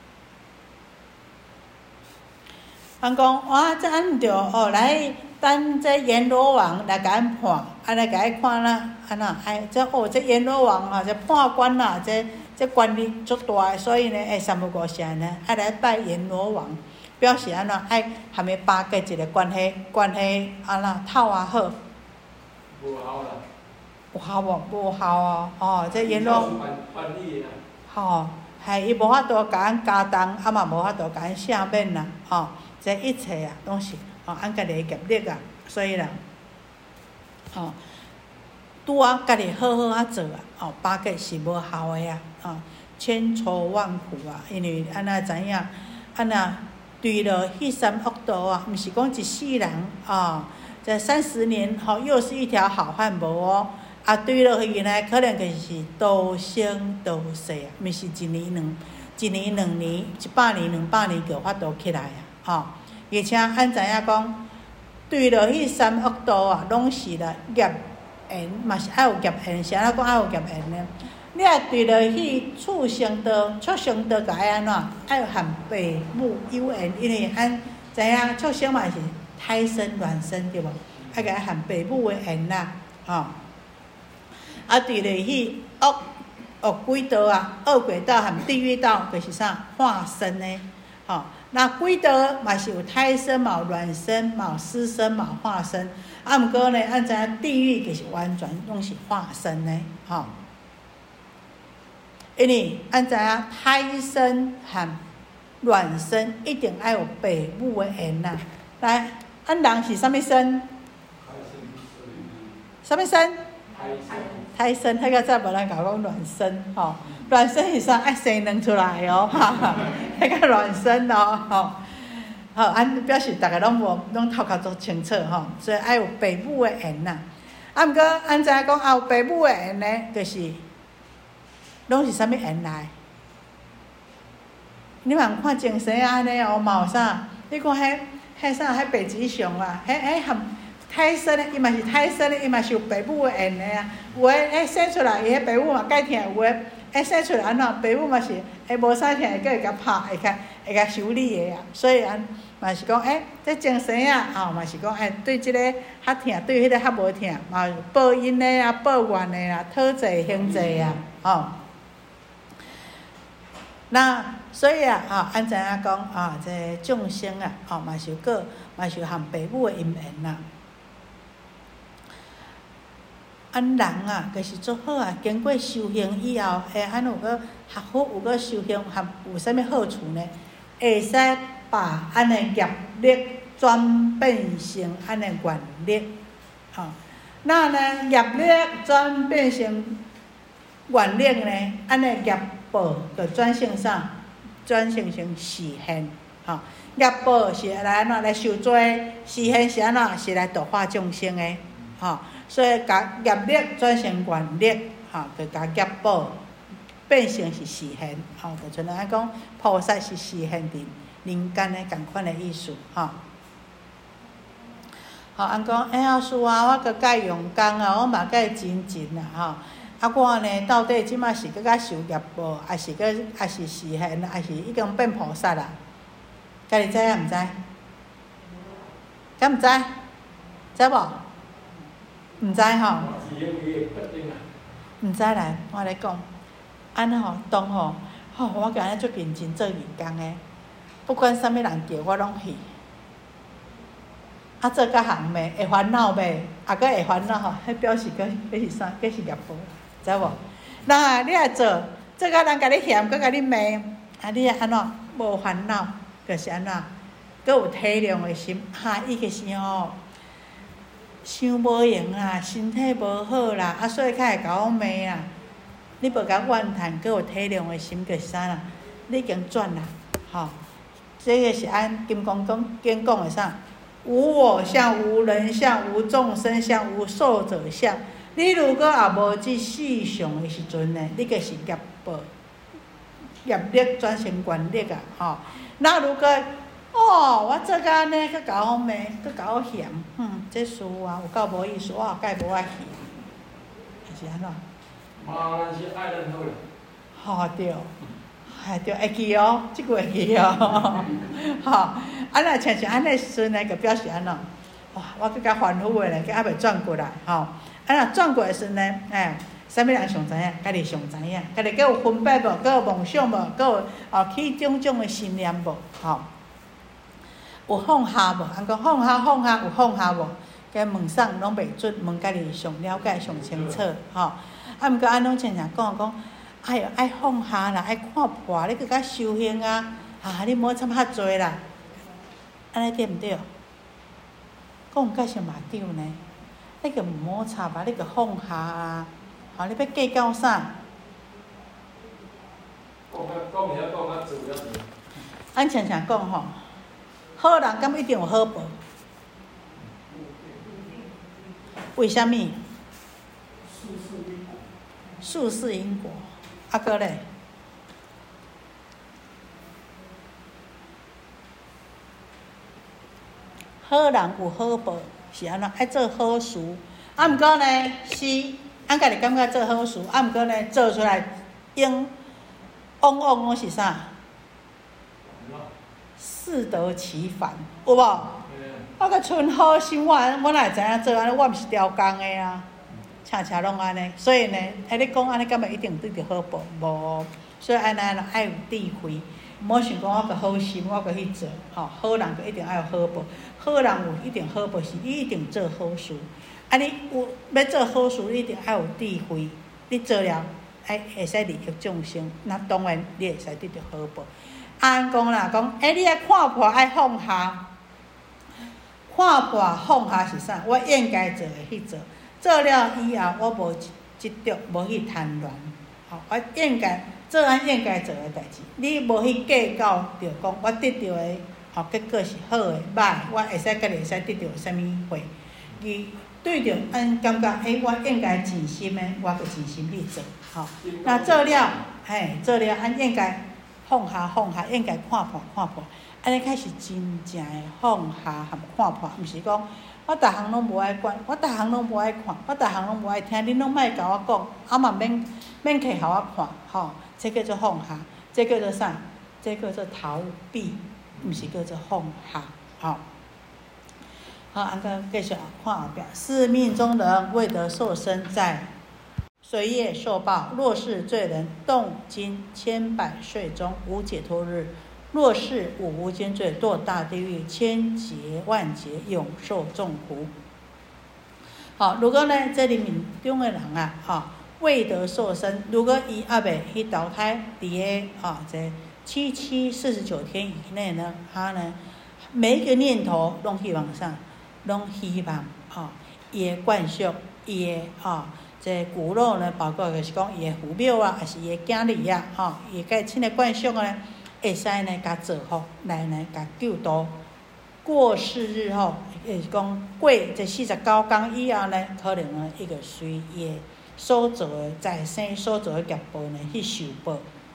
按讲，哇，这按毋着哦，来等这阎罗王来甲咱判，啊来甲伊看啦，安那哎，这哦，这阎罗王啊，这判官啦，这这权力足大的，所以呢，哎，三不五时呢，爱来拜阎罗王，表示安那爱含伊巴结一个关系，关系安那透啊好。无效啦。有效无？无效啊！哦，这阎罗。吼，系伊无法度甲咱加重，啊嘛无法度甲咱赦免啦，吼。这一切啊，拢是哦，按家己的业力啊，所以啦，哦，拄啊家己好好啊做啊，哦，巴结是无效的啊，哦，千愁万苦啊，因为安那知影，安那对了迄三恶道啊，毋是讲一世人啊，这三十年吼，又是一条好汉无哦，啊对了去呢，可能就是多生多世啊，毋是一年两一年两年、一百年两百年就法度起来啊。吼，而且按知影讲，对落迄三恶道啊，拢是啦业缘，嘛是爱有业缘，是安怎讲爱有业缘呢？你若对落迄畜生道、畜生道，甲爱安怎？爱含父母有缘，因为按知影畜生嘛是胎生卵生对无？爱甲含父母的缘啦，吼。啊，对落迄恶恶鬼道啊、恶鬼道含地狱道，就是啥化身呢？吼。 那鬼道嘛是有胎生嘛、卵生嘛、湿生嘛、化生。啊，毋过呢，按怎地狱就是完全拢是化生呢，吼、哦。因为按怎胎生和卵生一定要有爸母的缘呐。来，按人是啥物生？啥物生？胎生，迄个再无人甲讲卵生，吼、哦。卵生是啥？爱生卵出来哦，哈哈，迄个卵生哦，吼。好，安表示大家拢无拢头壳做清楚吼，所以爱有爸母的缘呐。啊，毋过安怎讲啊有爸母的缘呢？就是拢是啥物缘来？你嘛看前世安尼哦，嘛有啥？你看迄迄啥？迄白吉祥啊，迄迄含胎生的，伊嘛是胎生的，伊嘛是有爸母的缘的啊。有诶，迄生出来，伊迄爸母嘛介疼；有诶，迄生出来安怎？爸母嘛是会无啥疼，会会甲拍，会甲会甲修理的啊。所以安。嘛是讲，诶，这前生啊，吼，嘛是讲，诶，对即、这个较疼，对迄个较无疼，嘛报因的啊，报怨的啦，讨债还债啊，吼。那所以啊，吼，安怎啊讲啊，这众生啊，吼，嘛是个，嘛是含爸母的因缘啦。安人啊，就是做好啊，经过修行以后，会安有个学好，有个修行，含有啥物好处呢？会使。把安尼业力转变成安尼愿力，吼、哦，那呢业力转变成愿力呢，安尼业报就转成啥？转成成示现，吼、哦，业报是来安怎来受罪，示现是安怎？是来度化众生的，吼、哦，所以甲业力转成愿力，吼、哦，就甲业报变成是示现，吼、哦，就像咱讲菩萨是示现的。人间的共款的意思，吼、哦。吼，安讲，哎呀，师啊，我搁介用功啊，我嘛介精进啊，吼。啊，我呢，到底即马是搁较受业报，还是搁还是示现，还是已经变菩萨啦？家己知影毋知？敢毋知？知无？毋知吼？毋知来，我来讲，安尼吼，当吼，吼，我今日做认真做义工的。不管啥物人叫我拢去，啊做甲行袂，会烦恼袂，啊佫会烦恼吼，迄表示佫迄是啥？佫是业报，知无？那你来做，做甲人甲你嫌，佫甲你骂，啊你安怎无烦恼？就是安怎？佫有体谅的心，哈，伊就是吼，伤无用啦，身体无好啦，啊所以较会甲我骂啦。你无甲怨叹，佫有体谅的心，就是啥啦？你已经转啦，吼。这个是按金刚经经讲的啥？无我相、无人相、无众生相、无寿者相。你如果也无即四相的时阵呢，你就是业报、业力转成愿力啊！吼、哦，那如果哦，我做甲安尼，佮甲我骂，佮甲我嫌，嗯，这事啊有够无意思，我也介无爱去，是安怎？
嘛，咱是爱咱好啦。
吼对。哎，对，会记哦，即句会记哦，吼、哦，啊，若像像安尼时阵呢，就表示安怎？哇，我更较烦恼的咧，佮还袂转过来，吼、哦，啊，若转过来时阵呢，哎，啥物人上知影？家己上知影，家己佮有分别无？佮有梦想无？佮有哦起种种的信念无？吼、哦，有放下无？安讲放下放下有放下无？佮问啥拢袂准，问家己上了解上清楚，吼、哦，啊，毋过安拢常常讲讲。哎哟，爱放下啦，爱看破，你搁较修行啊，啊，你莫参较济啦，安尼对毋对？讲介绍嘛对呢，你个毋好插啊，你个放下啊，吼、啊，你要计较啥？
讲啊，讲遐讲啊，做遐做。
俺常常讲吼，好人敢一定有好报？为虾米？宿世因果。啊，搁咧，好人有好报，是安怎？爱做好事，啊，毋过呢，是俺家己感觉做好事，啊，毋过呢，做出来用往往拢是啥？适得其反，有无？我个存好心，我我哪会知影做安尼？我毋是雕工的啊。恰恰拢安尼，所以呢，哎，你讲安尼，敢会一定对着好报无？所以安尼爱有智慧， 毋好想讲我个好心，我个去做，吼、哦，好人就一定爱有好报，好人有一定好报是伊一定做好事。啊，你有要做好事，你一定爱有智慧，你做了爱会使利益众生，那当然你会使得到好报。安讲啦，讲诶、欸，你爱看破爱放下，看破放下是啥？我应该做的去做，做了以后我无执着，无去贪恋，吼、哦，我应该做咱应该做的代志，你无去计较着讲我得到的，吼、哦，结果是好的、歹，我会使家己会使得到啥物货，伊对着按感觉，诶、欸，我应该尽心的，我就尽心去做，吼、哦，那做了，嘿，做了按应该。放下放下，应该看破看破，安尼开始真正的放下和看破，毋是讲我逐项拢无爱管，我逐项拢无爱看，我逐项拢无爱听，恁拢莫甲我讲，啊嘛免免去互我看，吼，这叫做放下，这叫做啥？这叫做逃避，毋是叫做放下，吼。好，安个继续看后边，是命中人未得受生在。随业受报，若是罪人，动经千百岁中无解脱日；若是无无间罪，堕大地狱，千劫万劫，永受众苦。好，如果呢，这里面中的人啊，哈，未得受生，如果伊阿未去投胎，伫个啊，这七七四十九天以内呢，他呢，每一个念头拢希望啥，拢希望啊，伊的惯习，伊的啊。这骨肉呢，包括就是讲伊的父母啊，还是伊的囝儿啊，吼，伊个亲的惯习呢，会使呢，甲造福来呢，甲救度。过世日后，就是讲过这四十九天以后呢，可能呢，伊就随伊的所做的在生所做的业报呢去受报。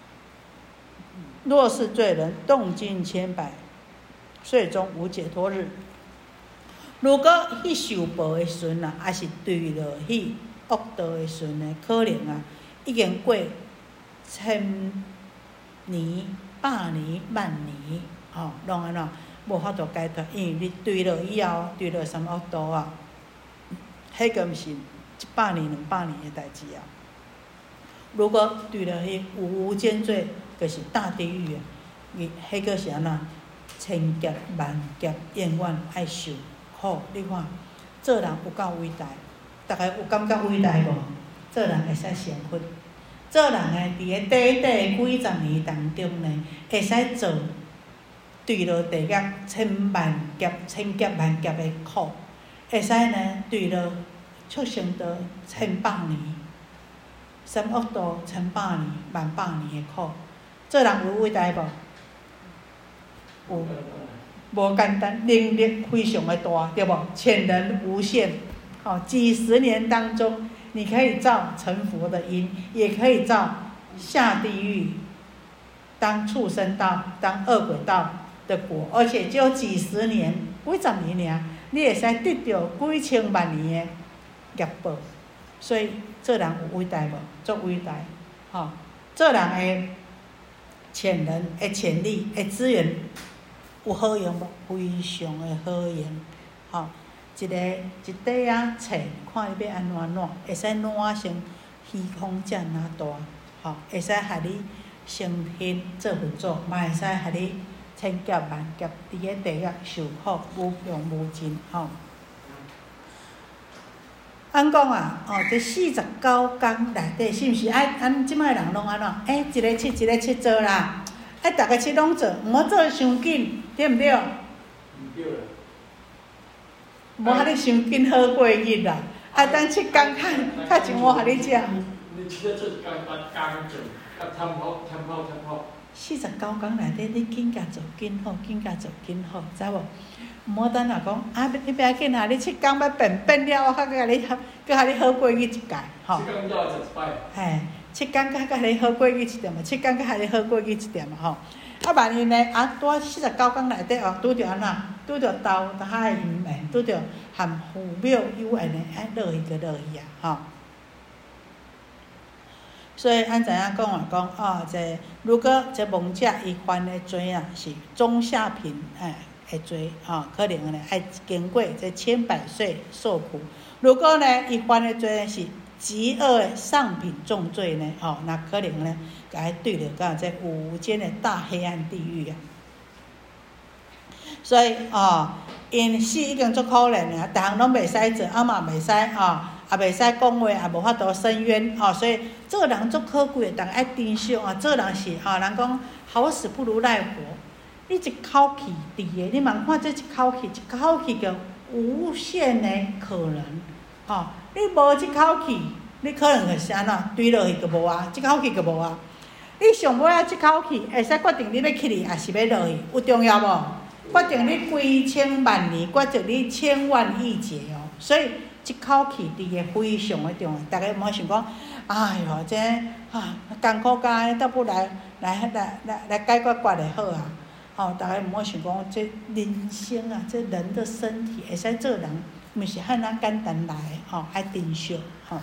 若是罪人，动经千百岁中无解脱日。如果去受报的时阵啊，还是对落去。恶道的时阵呢，可能啊，已经过千年、百年、万年，吼、哦，拢安怎无法度解脱，因为你对落以后，对落什么恶道啊？迄个毋是一百年、两百年的代志啊。如果对落迄无无间罪，就是大地狱啊，伊迄个是安怎？千劫万劫，永远爱受苦。你看，做人有够伟大。大家有感觉伟大无？做人会使成佛，做人诶，伫个短短几十年当中呢，会使做对落地狱千万劫、千劫万劫诶苦，会使呢对落畜生道千百年、三恶道千百年、万百年诶苦。做人有伟大无？有，无简单，能力非常诶大，对无？潜能无限。好，几十年当中，你可以造成佛的因，也可以造下地狱、当畜生道、当恶鬼道的果，而且只有几十年、几十年尔，你会使得到几千万年的业报。所以做人有伟大无？足伟大！吼、哦，做人的潜能、的潜力、的资源有好用无？非常的好用，吼、哦。一个一块啊册，看你要安怎烂，会使烂成虚空遮尔大，吼，会使害你升天做佛祖，嘛会使害你千劫万劫伫个地狱受苦无穷无尽，吼。按讲啊，哦，这四十九天内底，是毋是爱咱即摆人拢安怎？诶、欸，一个七一个七做啦，爱逐个七拢做，毋好做伤紧，对毋对？
毋对啦。
无遐你伤紧好过日啦，啊，等七天较较像我互你食。
你七日做一工八工做，啊，参跑参跑参跑。
四十九天内底，你紧甲做紧好，紧甲做紧好，知无？毋好等下讲啊，你不要紧啊，你七天要变变了，我较甲你，佮互你好过日一届，吼。
七天了食一摆。
嘿，七天甲甲你好过日一点嘛，七天甲互你好过日一点嘛，吼。啊，万一呢？啊，拄啊四十九天内底哦，拄着安怎？拄着投胎因缘，拄着含父母有缘的，哎，落去就落去啊，吼。所以咱知影讲话讲哦，这如果这亡者伊犯的罪啊，是中下品哎的罪吼，可能呢爱经过这千百岁受苦。如果呢伊犯的罪是极恶的上品重罪呢，吼、哦，那可能呢，甲伊对着到这无间的大黑暗地狱啊。所以哦，因死已经足可怜啊，逐项拢袂使做，啊嘛袂使哦，也袂使讲话，也无法度伸冤哦。所以做人足可贵的，大家爱珍惜啊。做人是哦，人讲好死不如赖活。你一口气伫个，你茫看这一口气，一口气就无限的可能哦。你无一口气，你可能就是安怎坠落去就无啊，一口气就无啊。你上尾啊，一口气会使决定你要起哩，还是要落去，有重要无？决定你几千万年，决定你千万亿劫哦。所以一口气伫个非常的重要。大家莫想讲，哎哟，这啊艰苦甲倒不来来来来来解决决的好啊！哦，大家莫想讲，这人生啊，这人的身体会使做人，毋是赫那简单来哦，爱珍惜吼。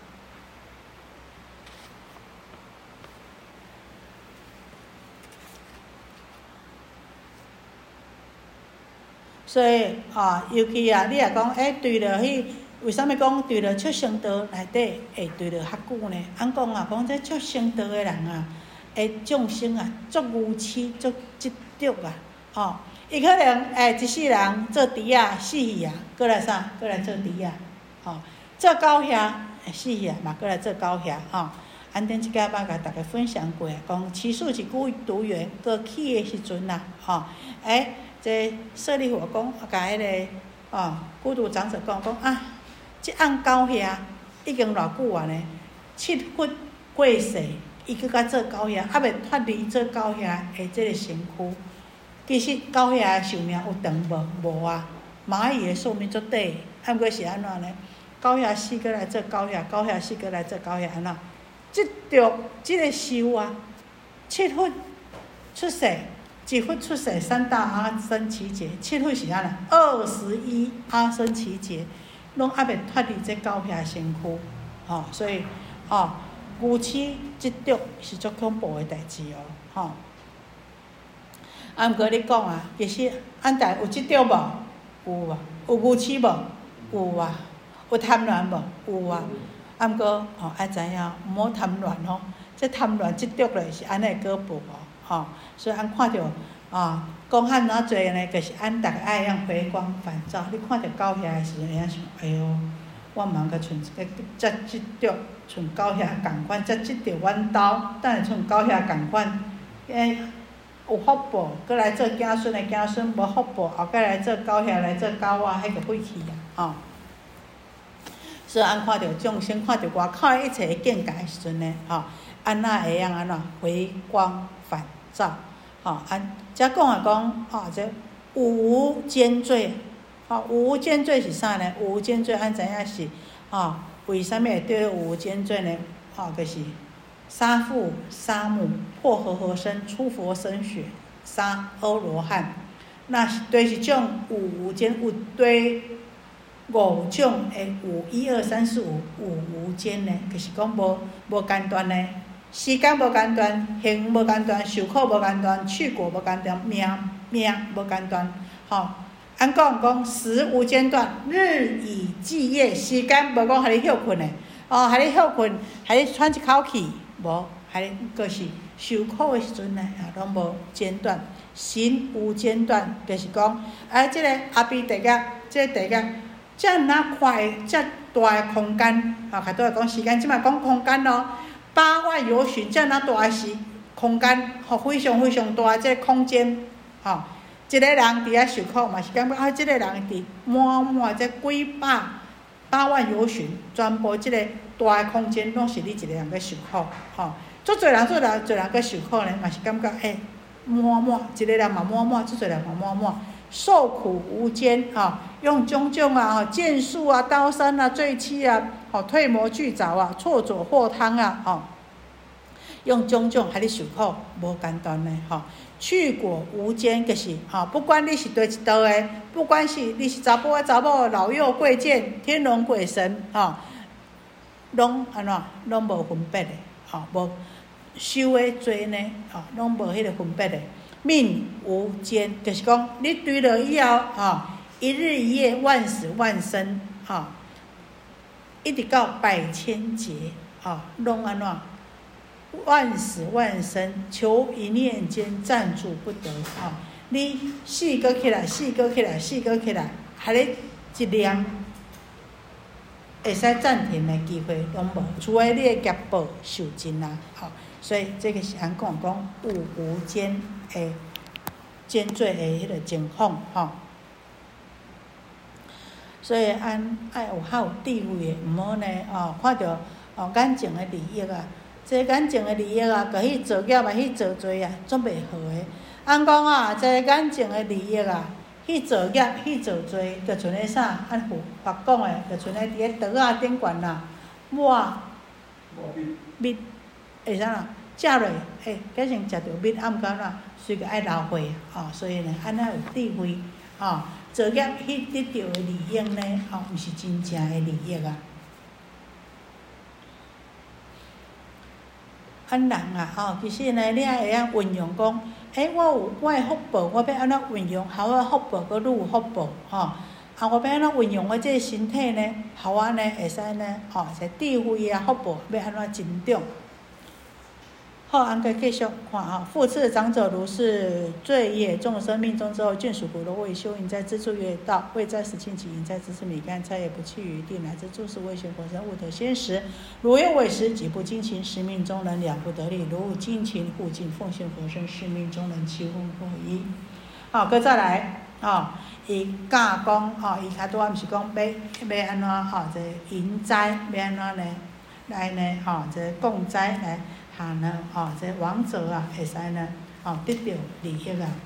所以哦，尤其啊，你若讲，诶、欸，对了迄，为什物讲对了出生道内底会对了较久呢？按讲啊，讲这出生道的人啊，诶，众生啊，足愚痴，足执着啊，哦，伊可能诶，一世人做猪仔死去啊，过来啥？过来做猪仔，哦，做狗遐死去啊，嘛过来做狗遐，吼。安顶即个捌甲大家分享过，讲起诉是孤独园过去的时阵啊，吼，诶。这舍利弗讲，甲迄个哦，孤独长者讲讲啊，即案狗遐已经偌久啊呢？七佛过世，伊去甲做狗遐，还袂脱离做狗遐的即个身躯。其实狗遐寿命有长无？无啊，蚂蚁的寿命足短，啊，毋过是安怎呢？狗遐死过来做狗遐，狗遐死过来做狗遐，安怎？即着即个修啊，七佛出世。几佛出世三大阿僧祇劫，七佛是安啦？二十一阿僧祇劫，拢还袂脱离这狗遐身躯，吼、哦，所以哦，愚痴执着是足恐怖的代志哦，吼、哦。啊，毋过你讲啊，其实咱大有执着无？有啊。有愚痴无？有啊。有贪婪无？有啊。啊，毋过哦，爱知影，毋好贪婪吼、哦。这贪婪执着咧是安尼果报哦。吼，所以咱看到啊，讲汉哪济呢？就是咱逐个爱样回光返照。你看到狗遐的时阵，会晓想，哎哟，我茫个像个遮执着，像狗遐共款，遮执着阮兜，等下像狗遐共款，诶，有福报，搁来做子孙的子孙，无福报，后摆来做狗遐来做狗仔，迄个废去啊，吼。所以咱看到众生，看到外口的一切的境界的时阵呢，吼，安那会样安怎回光返照，吼，安遮讲啊讲，吼，这无间罪，吼，无间罪是啥呢？无间罪，咱知影是，吼，为啥物会对无间罪呢？吼，就是杀父杀母，破和合身，出佛身血，杀阿罗汉。那对是种有无间，有对五种的有一二三四五有无间呢，就是讲无无间断呢。时间无间断，行无间断，受苦无间断，去果无间断，命命无间断。吼，按讲讲时无间断，日以继夜，时间无讲互你休困的，哦，互你休困，互你喘一口气，无，互你阁是受苦的时阵呢，啊，拢无间断。行无间断，就是讲，啊，即、这个阿毗地狱，即、这个地狱，遮哪快，遮大的空间，啊，较多讲时间，即摆讲空间咯。八万由旬，遮哪大是空间，吼，非常非常大，即个空间，吼，一个人伫遐受苦嘛是感觉啊，即、这个人伫满满这几百八万由旬，全部即个大的空间拢是你一个人在受苦，吼，足侪人足侪侪人在受苦呢，嘛是感觉诶，满满一个人嘛满满，足侪人嘛满满，受苦无间，吼，用种种啊，吼，剑术啊、刀山啊、坠器啊。吼，退魔巨凿啊，错左祸汤啊，吼，用种种害你受苦，无简单嘞，吼。去果无间，就是吼，不管你是对一道的，不管是你是查甫啊查某，老幼贵贱，天龙鬼神，吼，拢安怎，拢无分别的，吼，无修的罪呢，吼，拢无迄个分别的。命无间，就是讲你对了以后，吼，一日一夜，万死万生，吼。 一直到百千劫，哦，拢安怎？万死万生，求一念间暂住不得。哦，你死过起来，死过起来，死过起来，还咧一念会使暂停的机会拢无，除非你的业报受尽啦。哦，所以这个是咱讲讲有无间的间罪的迄个情况，吼、哦。所以咱爱有较有智慧的，毋好呢哦，看到哦眼前的利益啊，这眼前的利益啊，甲迄做业啊，迄做罪啊，总袂好诶。按讲啊，这眼前的利益啊，迄做业、迄做罪，就像咧啥？按佛法讲诶，就像咧伫咧桌仔顶悬啦，抹蜜，会啥啦？食落，诶，改成食着蜜，暗间啦，随个爱流血哦，所以呢，安尼有智慧哦。做业迄得到的利益呢，哦，毋是真正的利益啊。咱人啊，吼，其实呢，你也会晓运用讲，诶、欸，我有我的福报，我要安怎运用，互我福报搁愈有福报，吼、哦。啊，我要安怎运用我这个身体呢？互我呢会使呢，吼、哦，是智慧啊，福报要安怎增长？好，俺再继续看啊。复次，长者如是罪业众生命中之后，眷属骨肉未修，因灾资助越道，未灾时庆起，因灾资吃米干菜也不弃于地，乃至诸事未选果生勿得先食。如有为食，即不精勤，时命中人了不得力；如有精勤护尽，奉献佛身，时命中人其分不一。好，搁再来啊，伊教讲啊，伊较拄仔毋是讲要要安怎吼？这迎灾要安怎呢？来呢？吼，这供灾来。下呢，哦，这王者啊，会使呢，哦，得到利益啊。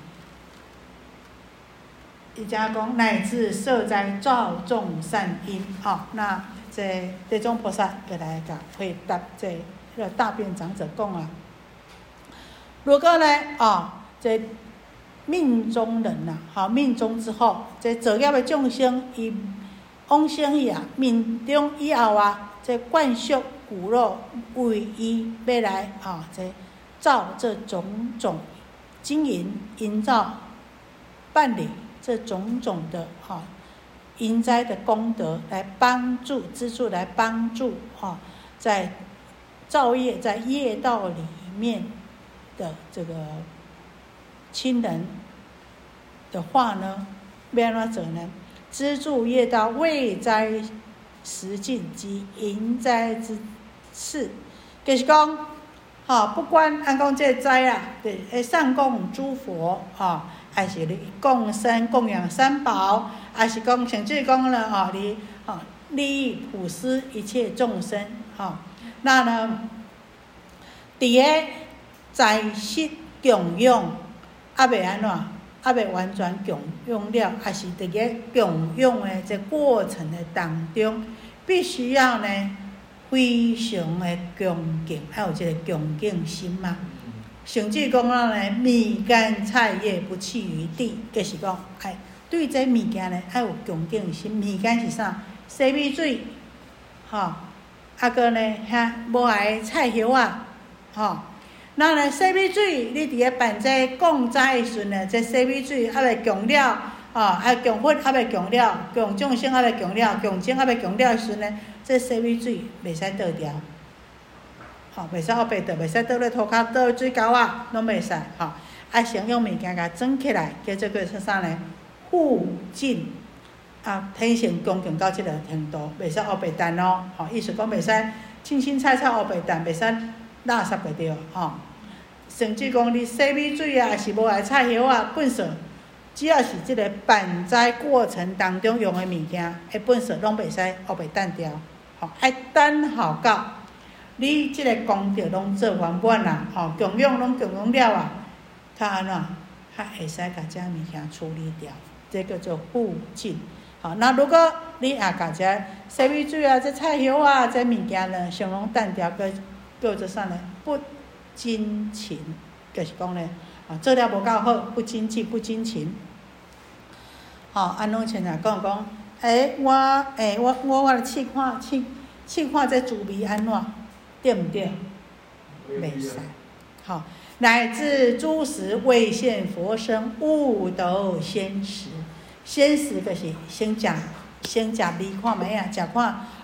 伊只讲乃至设灾造众善因，哦，那这地藏菩萨就来甲回答这个大辩长者讲啊。如果呢，哦，这命中人呐、啊，好命中之后，这造业的众生，伊往生去啊，命中以后啊，这灌输。骨肉为伊要来啊，这造这种种经营、营造、办理这种种的哈营灾的功德，来帮助资助，来帮助哈在造业在业道里面的这个亲人的话呢，要安怎做呢？资助业道未灾时尽及营灾之是，就是讲，吼，不管按讲这灾啊，对，会上供诸佛，吼，还是你供生供养三宝，还是讲甚至讲呢，吼，你吼利益普施一切众生，吼，那呢，伫个在世供养，还袂安怎，还袂完全供养了，还是伫个供养的这过程的当中，必须要呢。非常的恭敬，还有这个恭敬心嘛。甚至讲啊呢，米干菜叶不弃于地，就是讲，哎，对这物件呢，还有恭敬心。米干是啥？洗米水，吼、哦，啊个呢，遐无爱菜叶啊，吼、哦。那呢，洗米水，你伫咧办这供灾的时阵呢，这洗米水还袂供了，哦，啊供佛还袂供了，供众生还袂供了，供精还袂供了的时阵呢。这洗米水袂使倒掉，吼、哦，袂使黑白倒，袂使倒咧涂骹倒水沟啊，拢袂使，吼、哦。啊，先用物件甲装起来，叫做个说啥呢？护尽啊，天性恭敬到即个程度，袂使黑白等哦，吼、哦，意思讲袂使清清菜菜黑白等，袂使垃圾袂着，吼、哦。甚至讲你洗米水啊，是无爱菜叶啊，粪扫。只要是即个办灾过程当中用的物件，迄粪扫拢袂使黑白等掉。吼，爱等候到你即个功德拢做完满啦，吼，供养拢供养了啊，较安怎，较会使甲遮物件处理掉，这叫做护尽。好，那如果你也甲遮洗米水啊、这菜叶啊、这物件呢，上拢等掉，个叫做啥呢？不精勤，就是讲呢，啊，做了无够好，不精进、不精勤。好，安拢像啊讲讲。诶、欸，我诶、欸，我我我来试看，试试看这滋味安怎，对毋对？袂使。好，乃至诸食未现佛身，勿得先食。先食就是先食，先食味看觅啊，食看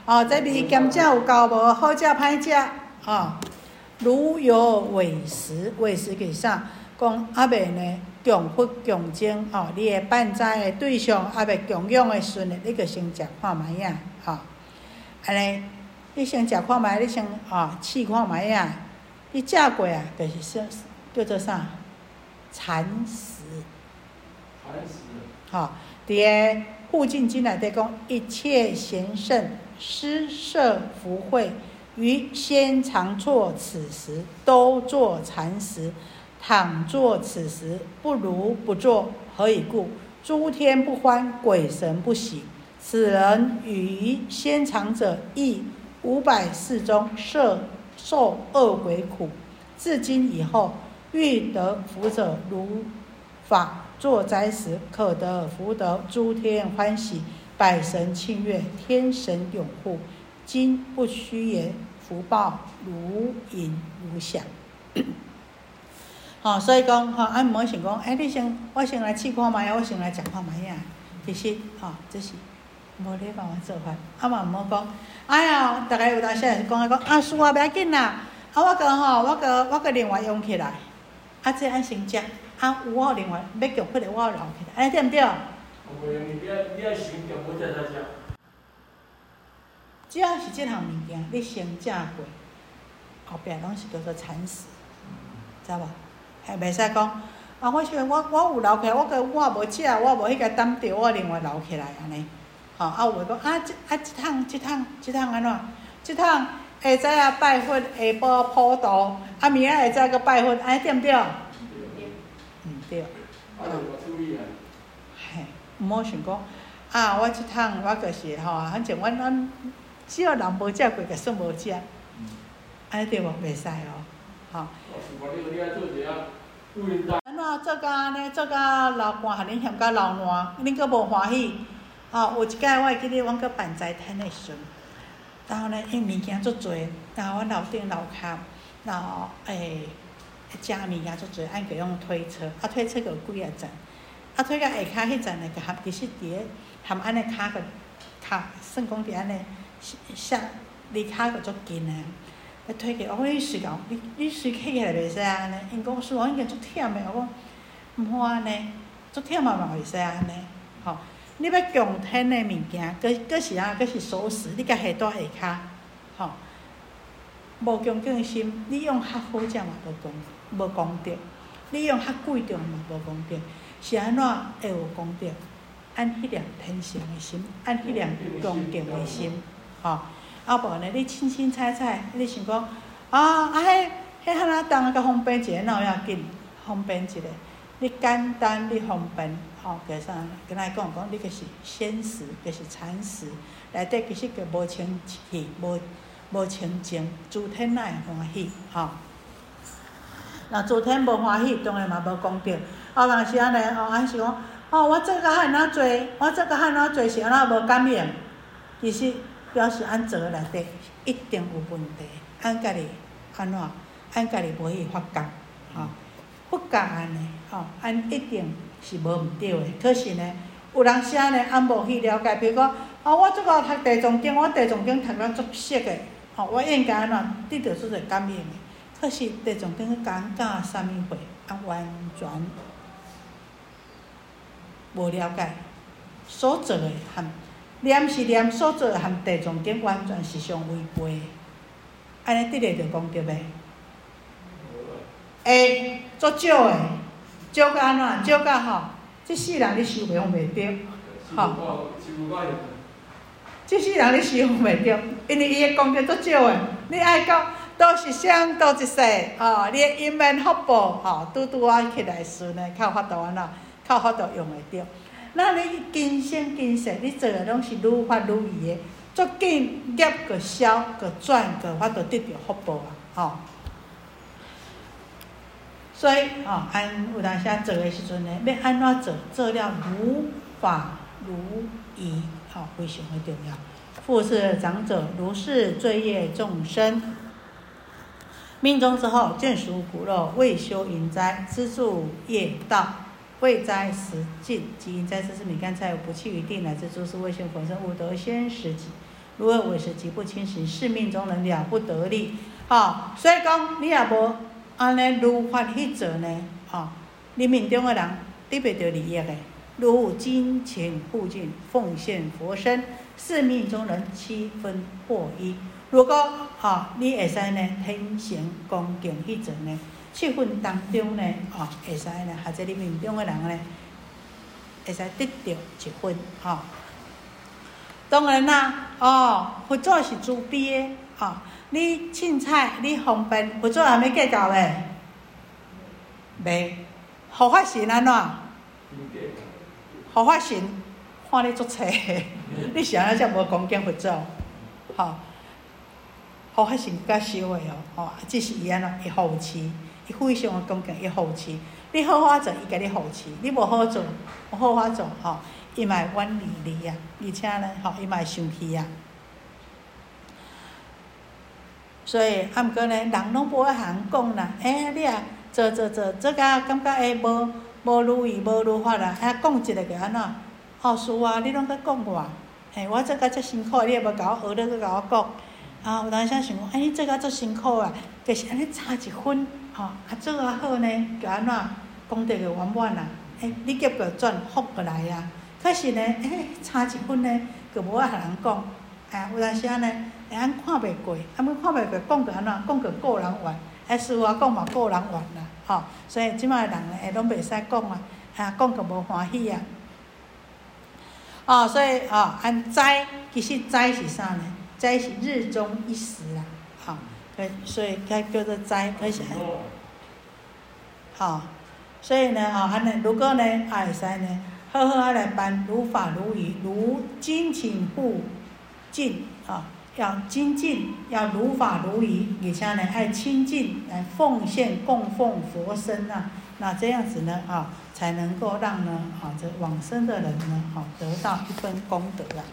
哦，这味咸食有够无？好食歹食？哦，如有伪食，伪食是啥？讲还未呢，供佛供精哦，你的办斋的对象还未供养的时呢，你就先食看卖啊，吼，安尼，你先食看卖，你先哦试看卖啊，你食过啊，就是说叫做啥？禅食。
禅食。
吼，伫个护净经内底讲，一切贤圣施设福慧，于先常作此时，都作禅食。倘作此时，不如不作，何以故？诸天不欢，鬼神不喜。此人与先常者，亦五百世中受受恶鬼苦。自今以后，欲得福者，如法作斋时，可得福德，诸天欢喜，百神庆悦，天神拥护。今不虚言，福报如影如响。吼、哦，所以讲吼，俺唔好想讲，哎，你先，我先来试看卖啊，我先来食看卖啊。其实吼、哦，这是无咧办法做法。啊嘛唔好讲，哎呀，大家有当时会讲啊讲，啊，输啊袂要紧啦，啊我个吼，我个我个另外用起来，啊这按先食，啊有我另外要叫迄个我留起来，安尼对毋对？
袂用，你要你要先叫我才才食。
只要是即项物件，你先食过，后壁拢是叫做禅食，知无？哎，袂使讲，啊，我想我我有留起来，我个我无食，我无迄个担着，我另外留起来安尼。吼、哦，啊有诶讲啊，即啊即趟即趟即趟安怎？即趟下早啊拜佛，下晡普渡，啊明仔下早个拜佛，安尼对毋对？毋对。
啊，就我注意啊。
嘿，毋好想讲，啊，我即趟我就是吼，反正阮阮只要人无食过，就算无食，安尼对无？袂使哦，吼、哦。安怎做甲安尼，做甲流汗，互恁嫌甲流烂，恁阁无欢喜。哦，有一摆我会记得，阮阁办斋摊的时阵，然后呢，因物件足多，然后阮楼顶楼骹，然后诶，食物件足多，按个用推车，啊推车个有几啊站，啊推到下骹迄站呢，个含其实伫个含安尼骹个骹，算讲伫安尼下离骹个足近诶。啊推起，我讲你随讲，你你随起起来袂使安尼。因讲师父，已经足忝诶，我讲毋好安尼，足忝嘛嘛袂使安尼。吼，你要供天诶物件，搁搁是啊，搁是熟食，你甲下带下骹，吼，无恭敬心，你用较好食嘛无功无功德，你用较贵重嘛无功德，是安怎会有功德？按迄粒天性诶心，按迄粒恭敬诶心，吼。啊无呢，你凊凊彩彩，你想讲啊啊，迄迄哈那当个方便一个，哪有要紧？方便一个，你简单，你方便，吼，叫啥？跟咱讲讲，你就是鲜食，就是禅食，内底其实个无清气，无无清净，诸天哪会欢喜？吼，那诸天无欢喜，当然嘛无功德。啊，若是安尼，哦，安是讲，哦，我做甲遐哪做，我做甲遐哪做是安怎无感应？其实。表示按做内底一定有问题，按家己安怎？按家己无去发觉，吼，不觉安尼，吼，按一定是无毋对的。可是呢，有人写呢，按无去了解，比如讲，哦，我即个读地藏经，我地藏经读了足熟的，吼，我应该安怎得到即个感应的。可是地藏经讲教啥物货，啊，完全无了解，所做的含。念是念所做含地藏经完全是相违背，安尼得个着功德袂？会足少诶，少甲安怎？少甲吼，即世人你修用袂着，吼。即世人你修用袂着，因为伊诶功德足少诶。你爱讲都是谁倒一世，吼，你诶因缘福报，吼，拄拄啊起来时呢，较有法度安怎？较有法度用会着。那你今生今世，你做诶拢是愈发愈易诶，足紧业个消个转个，法度得到福报啊！吼，所以吼，按有当时啊做诶时阵呢，要安怎做？做了如法如仪，吼，非常诶重要。复是长者，如是罪业众生，命终之后，眷属骨肉，未修淫灾，资助业道。未斋实尽，即因斋事是米干菜有不弃于地，乃至诸事未现佛身，勿得先食己。 如何为时极不轻行，是命中人了不得力。哦，所以讲你也无安尼如法去做呢，哦，你命中的人得不到利益的，如金钱护尽，奉献佛身，是命中人七分获一。如果哦你会使呢天行恭敬去做呢，七分当中呢，哦会使呢，或者你命中的人呢，会使得到一分，哦。当然啦，哦，佛祖是慈悲的，哦，你凊彩，你方便，佛祖还没计较嘞，袂，护法神安怎？护法神看你足册，你是安怎才无恭敬佛祖？吼，护法神较少的哦，吼，只是伊安怎会护持，伊非常的恭敬，伊护持。你好好做，伊甲你护持；你无好做，无好好做，吼。伊嘛会远离你啊，而且呢，吼，伊嘛会生气啊。所以，啊，毋过呢，人拢无一项讲啦，哎，你啊，做做做，做甲感觉哎无无如意，无如法啦，啊，讲一个就安怎？哦，是啊，你拢在讲我，嘿，我做甲遮辛苦，你也无甲我学，你搁甲我讲，啊，有当时想讲，哎，你做甲遮辛苦啊，就是安尼差一分，吼，啊，做啊好呢，就安怎？功德就圆满啦，哎，你结个转福过来啊。可是呢，哎，差一分呢，就无爱向人讲。哎，有当时啊呢，会安看袂过，啊，要看袂过，讲着安怎？讲着个人怨，哎，师父讲嘛个人怨啦，吼。所以即摆人呢，哎，拢袂使讲啊，啊，讲着无欢喜啊。哦，所以哦，安灾，其实灾是啥呢？灾是日中一时啦，吼。所以该叫做灾，可是，吼。所以呢，吼，安尼如果呢，也会使呢。好好啊来办，如法如仪，如精勤护尽啊，要精进，要如法如仪，而且呢爱亲近来奉献供奉佛身啊，那这样子呢啊，才能够让呢啊这往生的人呢啊得到一份功德啊。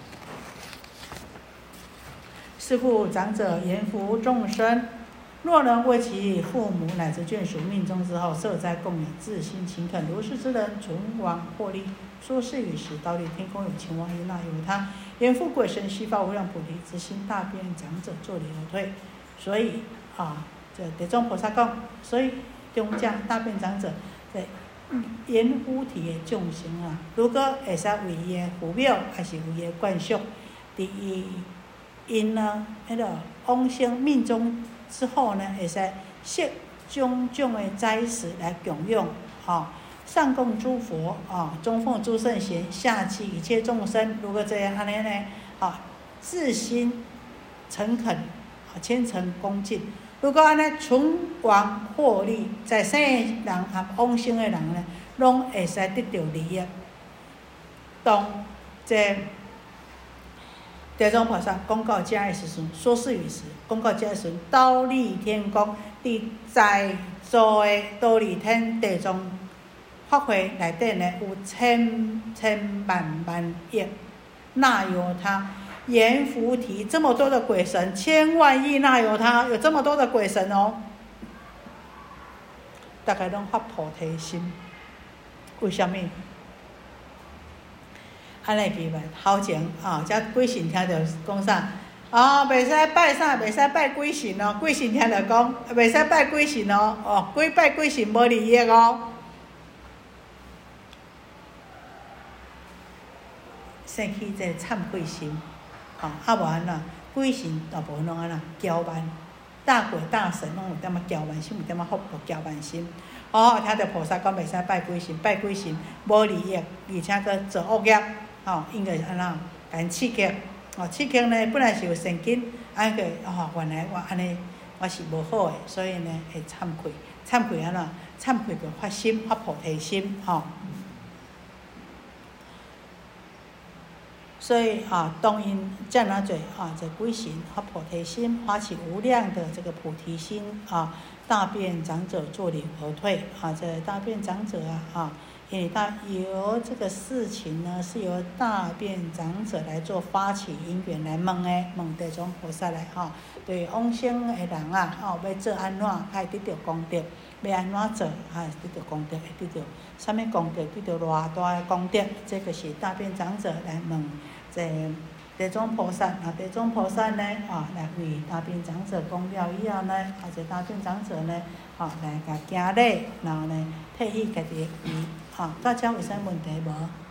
是故长者言福众生，若能为其父母乃至眷属命终之后设斋供养，自心勤恳，如是之人存亡获利。说是语时，倒立天空有情王一那有他，言复鬼神悉发无量菩提之心，大便长者坐礼而退。所以啊，这地藏菩萨讲，所以中将大便长者在言护体的众生啊，如果会使为伊的父母，还是为伊的眷属，第一因呢，迄个往生命中之后呢，会使设种种的斋食来供养，吼。上供诸佛啊，中奉诸圣贤，下济一切众生。如果这样，安尼呢？啊，自心诚恳，啊，虔诚恭敬。如果安尼存亡获利，在生的人和往生的人呢，拢会使得到利益。当这地藏菩萨讲到这的时阵，说是语时，讲到这的时阵，倒立天宫，伫在座的倒立天地藏法会内底呢，有千千万万亿那由他阎浮提这么多的鬼神，千万亿那由他有这么多的鬼神哦，大概拢发菩提心。为什么？安尼记袂？头前啊，遮鬼神听着讲啥？哦，袂使拜啥，袂使拜鬼神哦。鬼神听着讲，袂使拜鬼神哦。哦，鬼拜鬼神无利益哦。生起这忏悔心，吼、哦，啊无安怎，鬼神大部分拢安怎骄慢，大鬼大神拢有点仔骄慢心，有点仔福薄骄慢心。哦，听到菩萨讲袂使拜鬼神，拜鬼神无利益，而且佫做恶业，吼、哦，应该是安怎，甲因刺激，哦，刺激呢本来是有善根，安个哦，原来我安尼我是无好诶，所以呢会忏悔，忏悔安怎？忏悔着发心，发菩提心，吼、哦。所以啊，当因这样子啊，这鬼神发菩提心，发起无量的这个菩提心啊，大便长者坐礼而退啊，这大便长者啊啊，因为他由这个事情呢，是由大便长者来做发起因缘来问的，问地藏菩萨来哈、啊，对往生的人啊，哦、啊，要做安怎，会得到功德。要安怎做，还得到功德，会得到啥物功德？得到偌大的功德？这个是大便长者来问这地藏菩萨，啊，地藏菩萨呢，啊，来为大便长者讲了以后呢，啊，这大便长者呢，啊，来甲敬礼，然后呢，替伊家己伊，啊，大家有啥问题无？